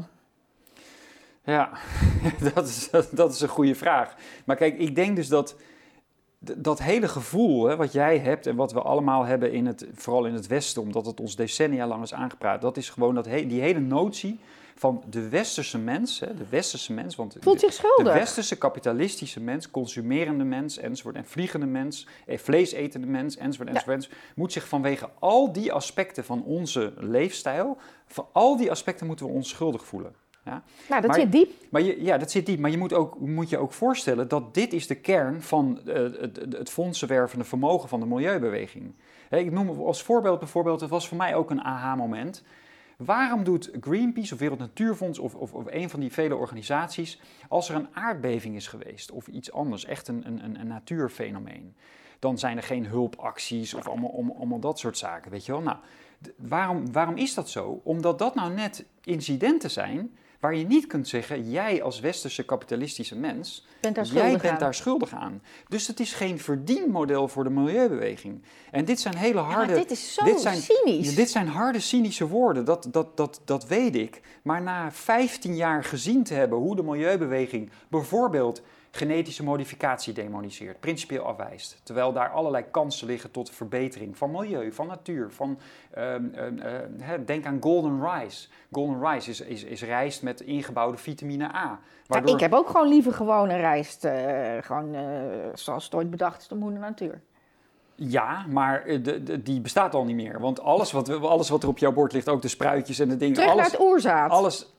Ja, dat is, dat is een goede vraag. Maar kijk, ik denk dus dat dat hele gevoel hè, wat jij hebt en wat we allemaal hebben, in het, vooral in het Westen, omdat het ons decennia lang is aangepraat, dat is gewoon dat he, die hele notie van de westerse mens, hè, de westerse mens, want voelt zich schuldig. De westerse kapitalistische mens, consumerende mens, enzovoort, en vliegende mens, eh, vleesetende mens, enzovoort, enzovoort, ja. moet zich vanwege al die aspecten van onze leefstijl, van al die aspecten moeten we ons schuldig voelen. Ja. Nou, dat maar, zit diep. Maar je, ja, dat zit diep. Maar je moet, ook, moet je ook voorstellen dat dit is de kern van uh, het, het fondsenwervende vermogen van de milieubeweging. He, ik noem als voorbeeld bijvoorbeeld, het was voor mij ook een aha-moment. Waarom doet Greenpeace of Wereld Natuurfonds of, of, of een van die vele organisaties, als er een aardbeving is geweest of iets anders, echt een, een, een natuurfenomeen, dan zijn er geen hulpacties of allemaal, om, allemaal dat soort zaken, weet je wel. Nou, d- waarom, waarom is dat zo? Omdat dat nou net incidenten zijn waar je niet kunt zeggen, jij als westerse kapitalistische mens, bent daar jij bent aan. daar schuldig aan. Dus het is geen verdienmodel voor de milieubeweging. En dit zijn hele harde... Ja, dit is zo dit zijn, cynisch. Dit zijn harde, cynische woorden, dat, dat, dat, dat weet ik. Maar na vijftien jaar gezien te hebben hoe de milieubeweging bijvoorbeeld genetische modificatie demoniseert, principieel afwijst. Terwijl daar allerlei kansen liggen tot verbetering van milieu, van natuur. Van, uh, uh, uh, denk aan Golden Rice. Golden Rice is, is, is rijst met ingebouwde vitamine A. Waardoor... Ja, ik heb ook gewoon liever gewone rijst, uh, gewoon uh, zoals het ooit bedacht is, de moeder natuur. Ja, maar de, de, die bestaat al niet meer. Want alles wat, alles wat er op jouw bord ligt, ook de spruitjes en de dingen... Terug alles, naar het oerzaad. Alles...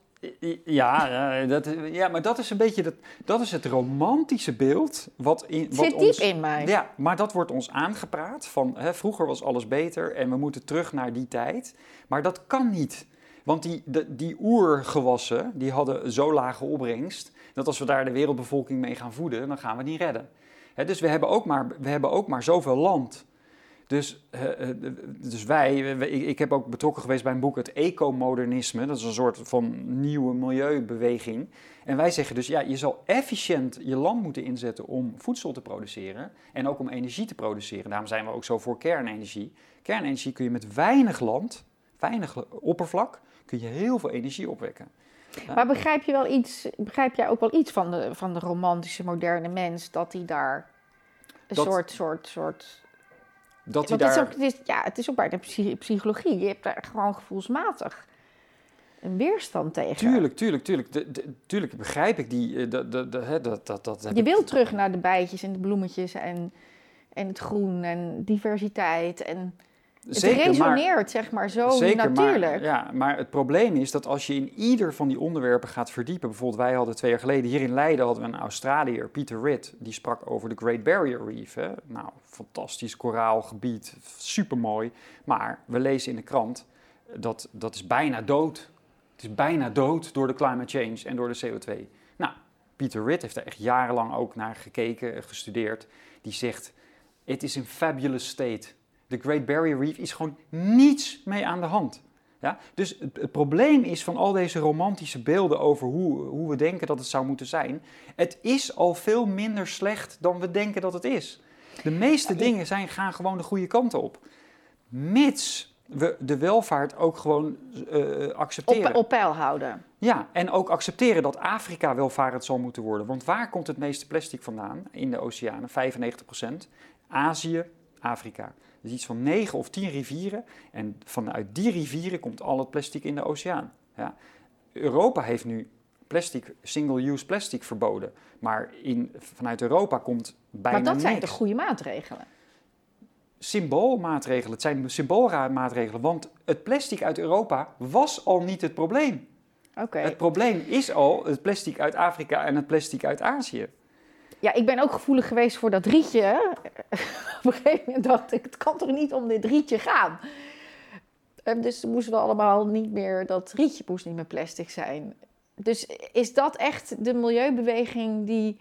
Ja, dat, ja, maar dat is een beetje dat, dat is het romantische beeld. Wat in, het wat zit ons, diep in mij. Ja, maar dat wordt ons aangepraat. Van, hè, vroeger was alles beter en we moeten terug naar die tijd. Maar dat kan niet. Want die, de, die oergewassen die hadden zo lage opbrengst, dat als we daar de wereldbevolking mee gaan voeden, dan gaan we het niet redden. Hè, dus we hebben, ook maar, we hebben ook maar zoveel land. Dus, uh, dus wij, wij, ik heb ook betrokken geweest bij een boek, het ecomodernisme. Dat is een soort van nieuwe milieubeweging. En wij zeggen dus, ja, je zal efficiënt je land moeten inzetten om voedsel te produceren. En ook om energie te produceren. Daarom zijn we ook zo voor kernenergie. Kernenergie kun je met weinig land, weinig oppervlak, kun je heel veel energie opwekken. Ja. Maar begrijp je wel iets, begrijp jij ook wel iets van de, van de romantische moderne mens, dat hij daar een dat, soort, soort, soort... Dat hij Want daar... het, is ook, het, is, ja, het is ook bij de psychologie. Je hebt daar gewoon gevoelsmatig een weerstand tegen. Tuurlijk, tuurlijk, tuurlijk. De, de, tuurlijk begrijp ik die... De, de, de, dat, dat, dat heb je ik... wilt terug naar de bijtjes en de bloemetjes en, en het groen en diversiteit. En het Zeker, resoneert, maar, zeg maar, zo zeker, natuurlijk. Maar, ja, maar het probleem is dat als je in ieder van die onderwerpen gaat verdiepen... Bijvoorbeeld, wij hadden twee jaar geleden hier in Leiden hadden we een Australiër, Peter Ritt, die sprak over de Great Barrier Reef. Hè? Nou, fantastisch koraalgebied, supermooi. Maar we lezen in de krant dat dat is bijna dood. Het is bijna dood door de climate change en door de C O twee. Nou, Peter Ritt heeft er echt jarenlang ook naar gekeken, gestudeerd. Die zegt, it is in fabulous state. De Great Barrier Reef is gewoon niets mee aan de hand. Ja? Dus het, het probleem is van al deze romantische beelden over hoe, hoe we denken dat het zou moeten zijn. Het is al veel minder slecht dan we denken dat het is. De meeste ja, dingen zijn, gaan gewoon de goede kant op. Mits we de welvaart ook gewoon uh, accepteren. Op, op peil houden. Ja, en ook accepteren dat Afrika welvarend zal moeten worden. Want waar komt het meeste plastic vandaan in de oceanen? vijfennegentig procent. Azië, Afrika. Dus iets van negen of tien rivieren. En vanuit die rivieren komt al het plastic in de oceaan. Ja. Europa heeft nu plastic, single-use plastic verboden. Maar in, vanuit Europa komt bijna niks. Maar dat zijn niks. de goede maatregelen. Symboolmaatregelen. Het zijn symboolmaatregelen. Want het plastic uit Europa was al niet het probleem. Okay. Het probleem is al het plastic uit Afrika en het plastic uit Azië. Ja, ik ben ook gevoelig geweest voor dat rietje. Op een gegeven moment dacht ik, het kan toch niet om dit rietje gaan? En dus moesten we allemaal niet meer, dat rietje moest niet meer plastic zijn. Dus is dat echt de milieubeweging die,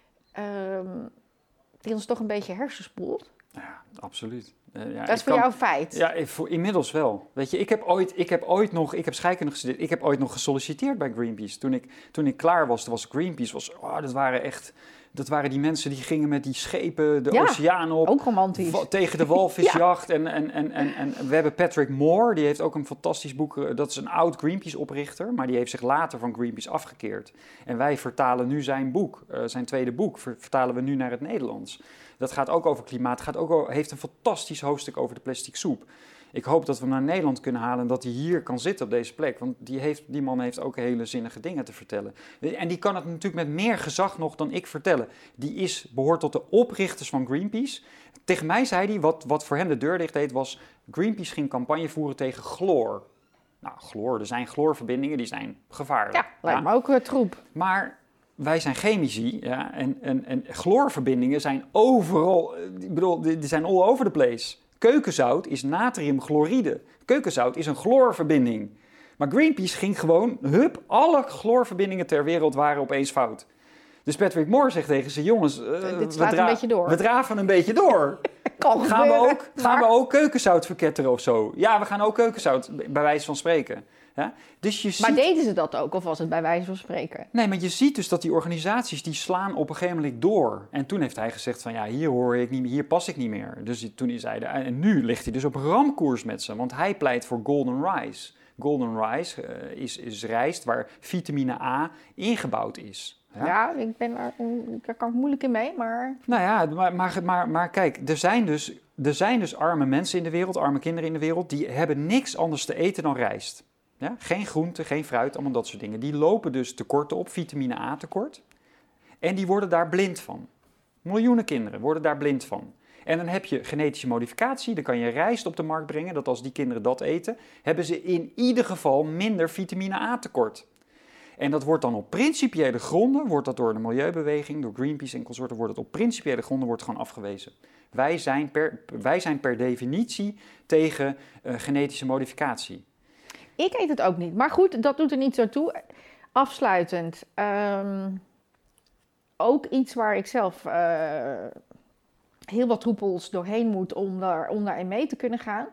um, die ons toch een beetje hersenspoelt? Ja, absoluut. Uh, ja, dat is voor kan, jou een feit? Ja, voor, inmiddels wel. Weet je, ik heb ooit, ik heb ooit nog, ik heb scheikunde gestudeerd, ik heb ooit nog gesolliciteerd bij Greenpeace. Toen ik, toen ik klaar was, was Greenpeace, was, oh, dat waren echt, dat waren die mensen die gingen met die schepen de ja, oceaan op. Ook romantisch. Va- tegen de walvisjacht. ja. en, en, en, en, en we hebben Patrick Moore, die heeft ook een fantastisch boek, dat is een oud Greenpeace-oprichter, maar die heeft zich later van Greenpeace afgekeerd. En wij vertalen nu zijn boek, uh, zijn tweede boek, ver- vertalen we nu naar het Nederlands. Dat gaat ook over klimaat, gaat ook over, heeft een fantastisch hoofdstuk over de plastic soep. Ik hoop dat we hem naar Nederland kunnen halen en dat hij hier kan zitten op deze plek. Want die, heeft, die man heeft ook hele zinnige dingen te vertellen. En die kan het natuurlijk met meer gezag nog dan ik vertellen. Die is, behoort tot de oprichters van Greenpeace. Tegen mij zei hij, wat, wat voor hem de deur dicht deed, was Greenpeace ging campagne voeren tegen chloor. Nou, chloor, er zijn chloorverbindingen, die zijn gevaarlijk. Ja, lijkt me ja. ook uh, troep. Maar wij zijn chemici, ja, en, en, en chloorverbindingen zijn overal, ik bedoel, die, die zijn all over the place. Keukenzout is natriumchloride. Keukenzout is een chloorverbinding. Maar Greenpeace ging gewoon, hup, alle chloorverbindingen ter wereld waren opeens fout. Dus Patrick Moore zegt tegen ze, jongens, uh, dit slaat we, dra- een beetje door. we draven een beetje door. kan gaan, we ook, maar... gaan we ook keukenzout verketteren of zo? Ja, we gaan ook keukenzout, bij wijze van spreken. Ja? Dus je maar ziet... deden ze dat ook, of was het bij wijze van spreken? Nee, maar je ziet dus dat die organisaties, die slaan op een gegeven moment door. En toen heeft hij gezegd van, ja, hier hoor ik niet meer, hier pas ik niet meer. Dus toen hij zei, en nu ligt hij dus op ramkoers met ze, want hij pleit voor golden rice. Golden rice uh, is, is rijst waar vitamine A ingebouwd is. Ja, ja ik ben er, daar kan ik moeilijk in mee, maar... Nou ja, maar, maar, maar, maar kijk, er zijn, dus, er zijn dus arme mensen in de wereld, arme kinderen in de wereld, die hebben niks anders te eten dan rijst. Ja? Geen groente, geen fruit, allemaal dat soort dingen. Die lopen dus tekorten op, vitamine A tekort. En die worden daar blind van. Miljoenen kinderen worden daar blind van. En dan heb je genetische modificatie, dan kan je rijst op de markt brengen, dat als die kinderen dat eten, hebben ze in ieder geval minder vitamine A tekort. En dat wordt dan op principiële gronden, wordt dat door de milieubeweging, door Greenpeace en consorten, wordt het op principiële gronden wordt gewoon afgewezen. Wij zijn per, wij zijn per definitie tegen uh, genetische modificatie. Ik eet het ook niet, maar goed, dat doet er niet zo toe. Afsluitend, um, ook iets waar ik zelf uh, heel wat troepels doorheen moet om, daar, om daarin mee te kunnen gaan.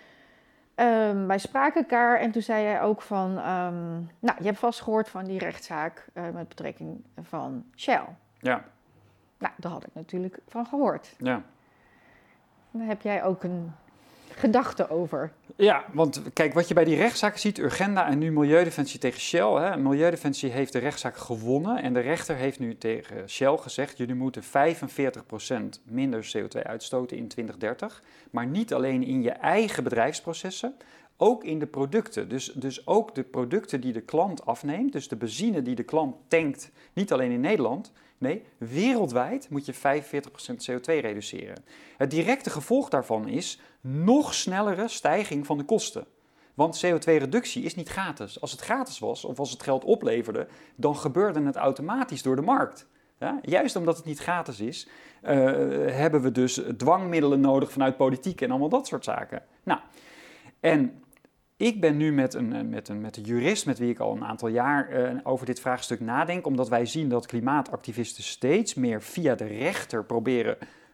Um, wij spraken elkaar en toen zei jij ook van, um, nou, je hebt vast gehoord van die rechtszaak uh, met betrekking van Shell. Ja. Nou, daar had ik natuurlijk van gehoord. Ja. Daar heb jij ook een gedachte over. Ja, want kijk, wat je bij die rechtszaken ziet, Urgenda en nu Milieudefensie tegen Shell. Hè. Milieudefensie heeft de rechtszaak gewonnen en de rechter heeft nu tegen Shell gezegd, jullie moeten vijfenveertig procent minder C O twee uitstoten in twintig dertig. Maar niet alleen in je eigen bedrijfsprocessen, ook in de producten. Dus, dus ook de producten die de klant afneemt, dus de benzine die de klant tankt, niet alleen in Nederland. Nee, wereldwijd moet je vijfenveertig procent C O twee reduceren. Het directe gevolg daarvan is nog snellere stijging van de kosten. Want C O twee reductie is niet gratis. Als het gratis was, of als het geld opleverde, dan gebeurde het automatisch door de markt. Ja? Juist omdat het niet gratis is, uh, hebben we dus dwangmiddelen nodig vanuit politiek en allemaal dat soort zaken. Nou, en ik ben nu met een, met, een, met een jurist met wie ik al een aantal jaar uh, over dit vraagstuk nadenk, omdat wij zien dat klimaatactivisten steeds meer via de rechter proberen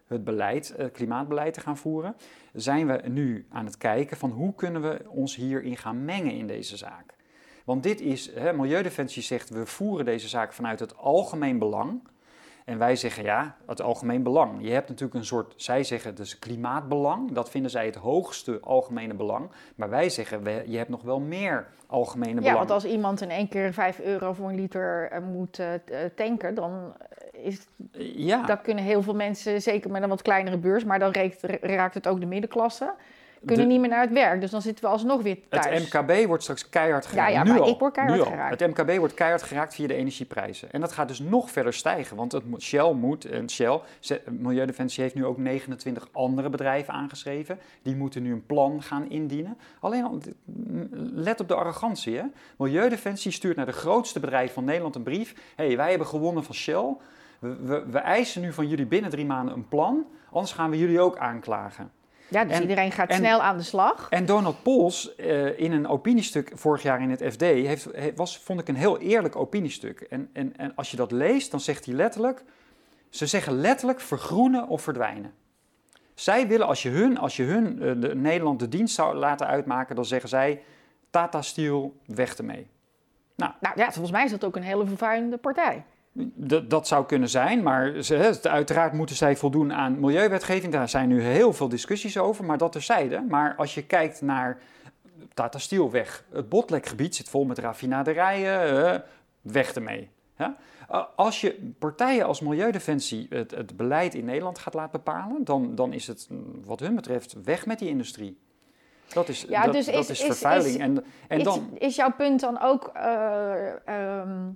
het beleid, uh, klimaatbeleid te gaan voeren, zijn we nu aan het kijken van hoe kunnen we ons hierin gaan mengen in deze zaak. Want dit is, hè, Milieudefensie zegt, we voeren deze zaak vanuit het algemeen belang. En wij zeggen ja, het algemeen belang. Je hebt natuurlijk een soort, zij zeggen dus klimaatbelang. Dat vinden zij het hoogste algemene belang. Maar wij zeggen, we, je hebt nog wel meer algemene belang. Ja, want als iemand in één keer vijf euro voor een liter uh, moet uh, tanken, dan is ja. dat kunnen heel veel mensen, zeker met een wat kleinere beurs, maar dan raakt, raakt het ook de middenklasse. Kunnen de, niet meer naar het werk, dus dan zitten we alsnog weer thuis. Het M K B wordt straks keihard geraakt. Ja, ja, nu maar al. ik word keihard nu al. geraakt. Het M K B wordt keihard geraakt via de energieprijzen. En dat gaat dus nog verder stijgen, want het Shell moet, en Shell, Milieudefensie heeft nu ook negenentwintig andere bedrijven aangeschreven. Die moeten nu een plan gaan indienen. Alleen al, let op de arrogantie, hè. Milieudefensie stuurt naar de grootste bedrijven van Nederland een brief. Hé, hey, wij hebben gewonnen van Shell. We, we, we eisen nu van jullie binnen drie maanden een plan, anders gaan we jullie ook aanklagen. Ja, dus en, iedereen gaat en, snel aan de slag. En Donald Pols, uh, in een opiniestuk vorig jaar in het F D, heeft, was, vond ik een heel eerlijk opiniestuk. En, en, en als je dat leest, dan zegt hij letterlijk, ze zeggen letterlijk vergroenen of verdwijnen. Zij willen, als je hun, als je hun uh, de, Nederland de dienst zou laten uitmaken, dan zeggen zij, Tata Steel, weg ermee. Nou, nou ja, volgens mij is dat ook een hele vervuilende partij. D- dat zou kunnen zijn, maar ze, uiteraard moeten zij voldoen aan milieuwetgeving. Daar zijn nu heel veel discussies over, maar dat terzijde. Maar als je kijkt naar Tata Steel weg, het Botlekgebied zit vol met raffinaderijen, uh, weg ermee. Ja? Uh, als je partijen als Milieudefensie het, het beleid in Nederland gaat laten bepalen, dan, dan is het wat hun betreft weg met die industrie. Dat is, ja, dat, dus dat is, is is vervuiling. Is, en, en is, dan, is jouw punt dan ook... Uh, um,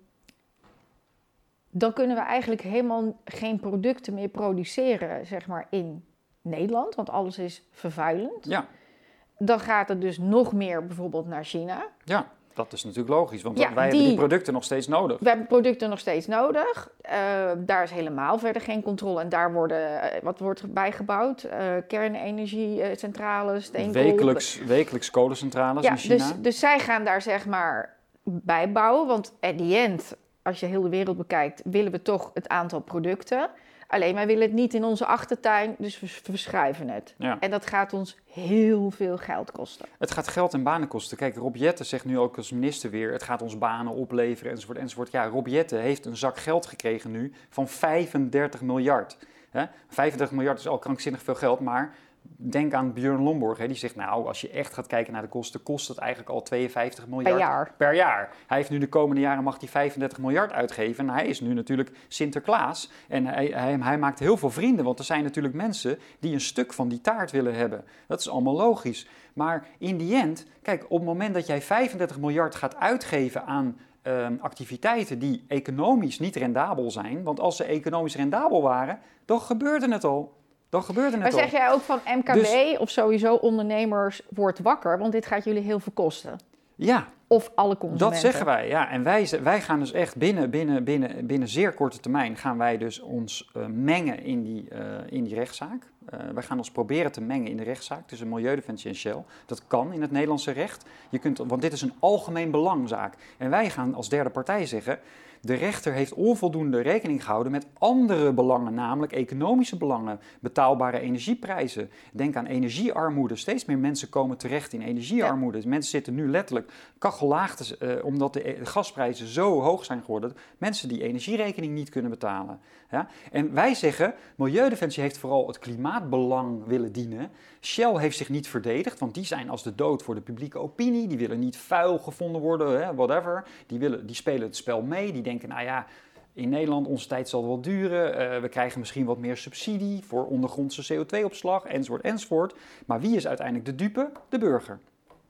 dan kunnen we eigenlijk helemaal geen producten meer produceren, zeg maar, in Nederland. Want alles is vervuilend. Ja. Dan gaat het dus nog meer bijvoorbeeld naar China. Ja, dat is natuurlijk logisch. Want ja, wij die, hebben die producten nog steeds nodig. We hebben producten nog steeds nodig. Uh, daar is helemaal verder geen controle. En daar worden, uh, wat wordt bijgebouwd? Uh, kernenergiecentrales, steenkool. Wekelijks, wekelijks kolencentrales ja, in China. Dus, dus zij gaan daar zeg maar bijbouwen. Want at the end, als je heel de wereld bekijkt, willen we toch het aantal producten. Alleen wij willen het niet in onze achtertuin, dus we verschuiven het. Ja. En dat gaat ons heel veel geld kosten. Het gaat geld en banen kosten. Kijk, Rob Jetten zegt nu ook als minister weer, het gaat ons banen opleveren, enzovoort, enzovoort. Ja, Rob Jetten heeft een zak geld gekregen nu van vijfendertig miljard. Hè? vijfendertig miljard is al krankzinnig veel geld, maar denk aan Björn Lomborg. Hè? Die zegt, nou, als je echt gaat kijken naar de kosten, kost het eigenlijk al tweeënvijftig miljard per jaar. per jaar. Hij heeft nu de komende jaren, mag hij vijfendertig miljard uitgeven. En hij is nu natuurlijk Sinterklaas. En hij, hij, hij maakt heel veel vrienden, want er zijn natuurlijk mensen die een stuk van die taart willen hebben. Dat is allemaal logisch. Maar in die end, kijk, op het moment dat jij vijfendertig miljard gaat uitgeven aan Um, activiteiten die economisch niet rendabel zijn, want als ze economisch rendabel waren, dan gebeurde het al. Dan gebeurde het maar al. zeg jij ook van M K B dus, of sowieso ondernemers, wordt wakker, want dit gaat jullie heel veel kosten? Ja. Of alle consumenten? Dat zeggen wij, ja. En wij, wij gaan dus echt binnen, binnen, binnen, binnen zeer korte termijn gaan wij dus ons uh, mengen in die, uh, in die rechtszaak. Uh, wij gaan ons proberen te mengen in de rechtszaak tussen Milieudefensie en Shell. Dat kan in het Nederlandse recht. Je kunt, want dit is een algemeen belangzaak. En wij gaan als derde partij zeggen, de rechter heeft onvoldoende rekening gehouden met andere belangen, namelijk economische belangen, betaalbare energieprijzen. Denk aan energiearmoede. Steeds meer mensen komen terecht in energiearmoede. Ja. Mensen zitten nu letterlijk kachellaag, te, uh, omdat de gasprijzen zo hoog zijn geworden. Mensen die energierekening niet kunnen betalen. Ja? En wij zeggen, Milieudefensie heeft vooral het klimaatbelang willen dienen. Shell heeft zich niet verdedigd, want die zijn als de dood voor de publieke opinie. Die willen niet vuil gevonden worden, hè, whatever. Die, willen, die spelen het spel mee. Die denken, nou ja, in Nederland, onze tijd zal wel duren. Uh, we krijgen misschien wat meer subsidie voor ondergrondse C O twee opslag, enzovoort, enzovoort. Maar wie is uiteindelijk de dupe? De burger.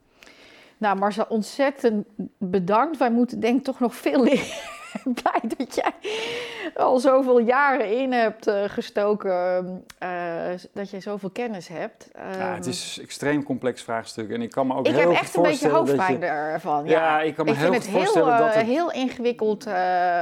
Nou, Marcel, ontzettend bedankt. Wij moeten denk ik toch nog veel leren. Blij dat jij al zoveel jaren in hebt uh, gestoken, uh, dat je zoveel kennis hebt. Um, ja, het is een extreem complex vraagstuk en ik kan me ook ik heel heb goed echt een beetje hoofdpijn je... ervan. Ja. ja, ik kan me ik heel vind goed het voorstellen heel, dat het... uh, heel ingewikkeld uh,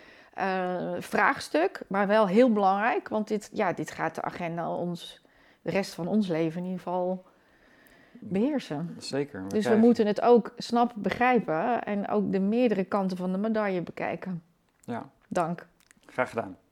uh, vraagstuk, maar wel heel belangrijk, want dit, ja, dit gaat de agenda ons, de rest van ons leven in ieder geval beheersen. Zeker. We dus krijgen... we moeten het ook snappen, begrijpen en ook de meerdere kanten van de medaille bekijken. Ja. Dank. Graag gedaan.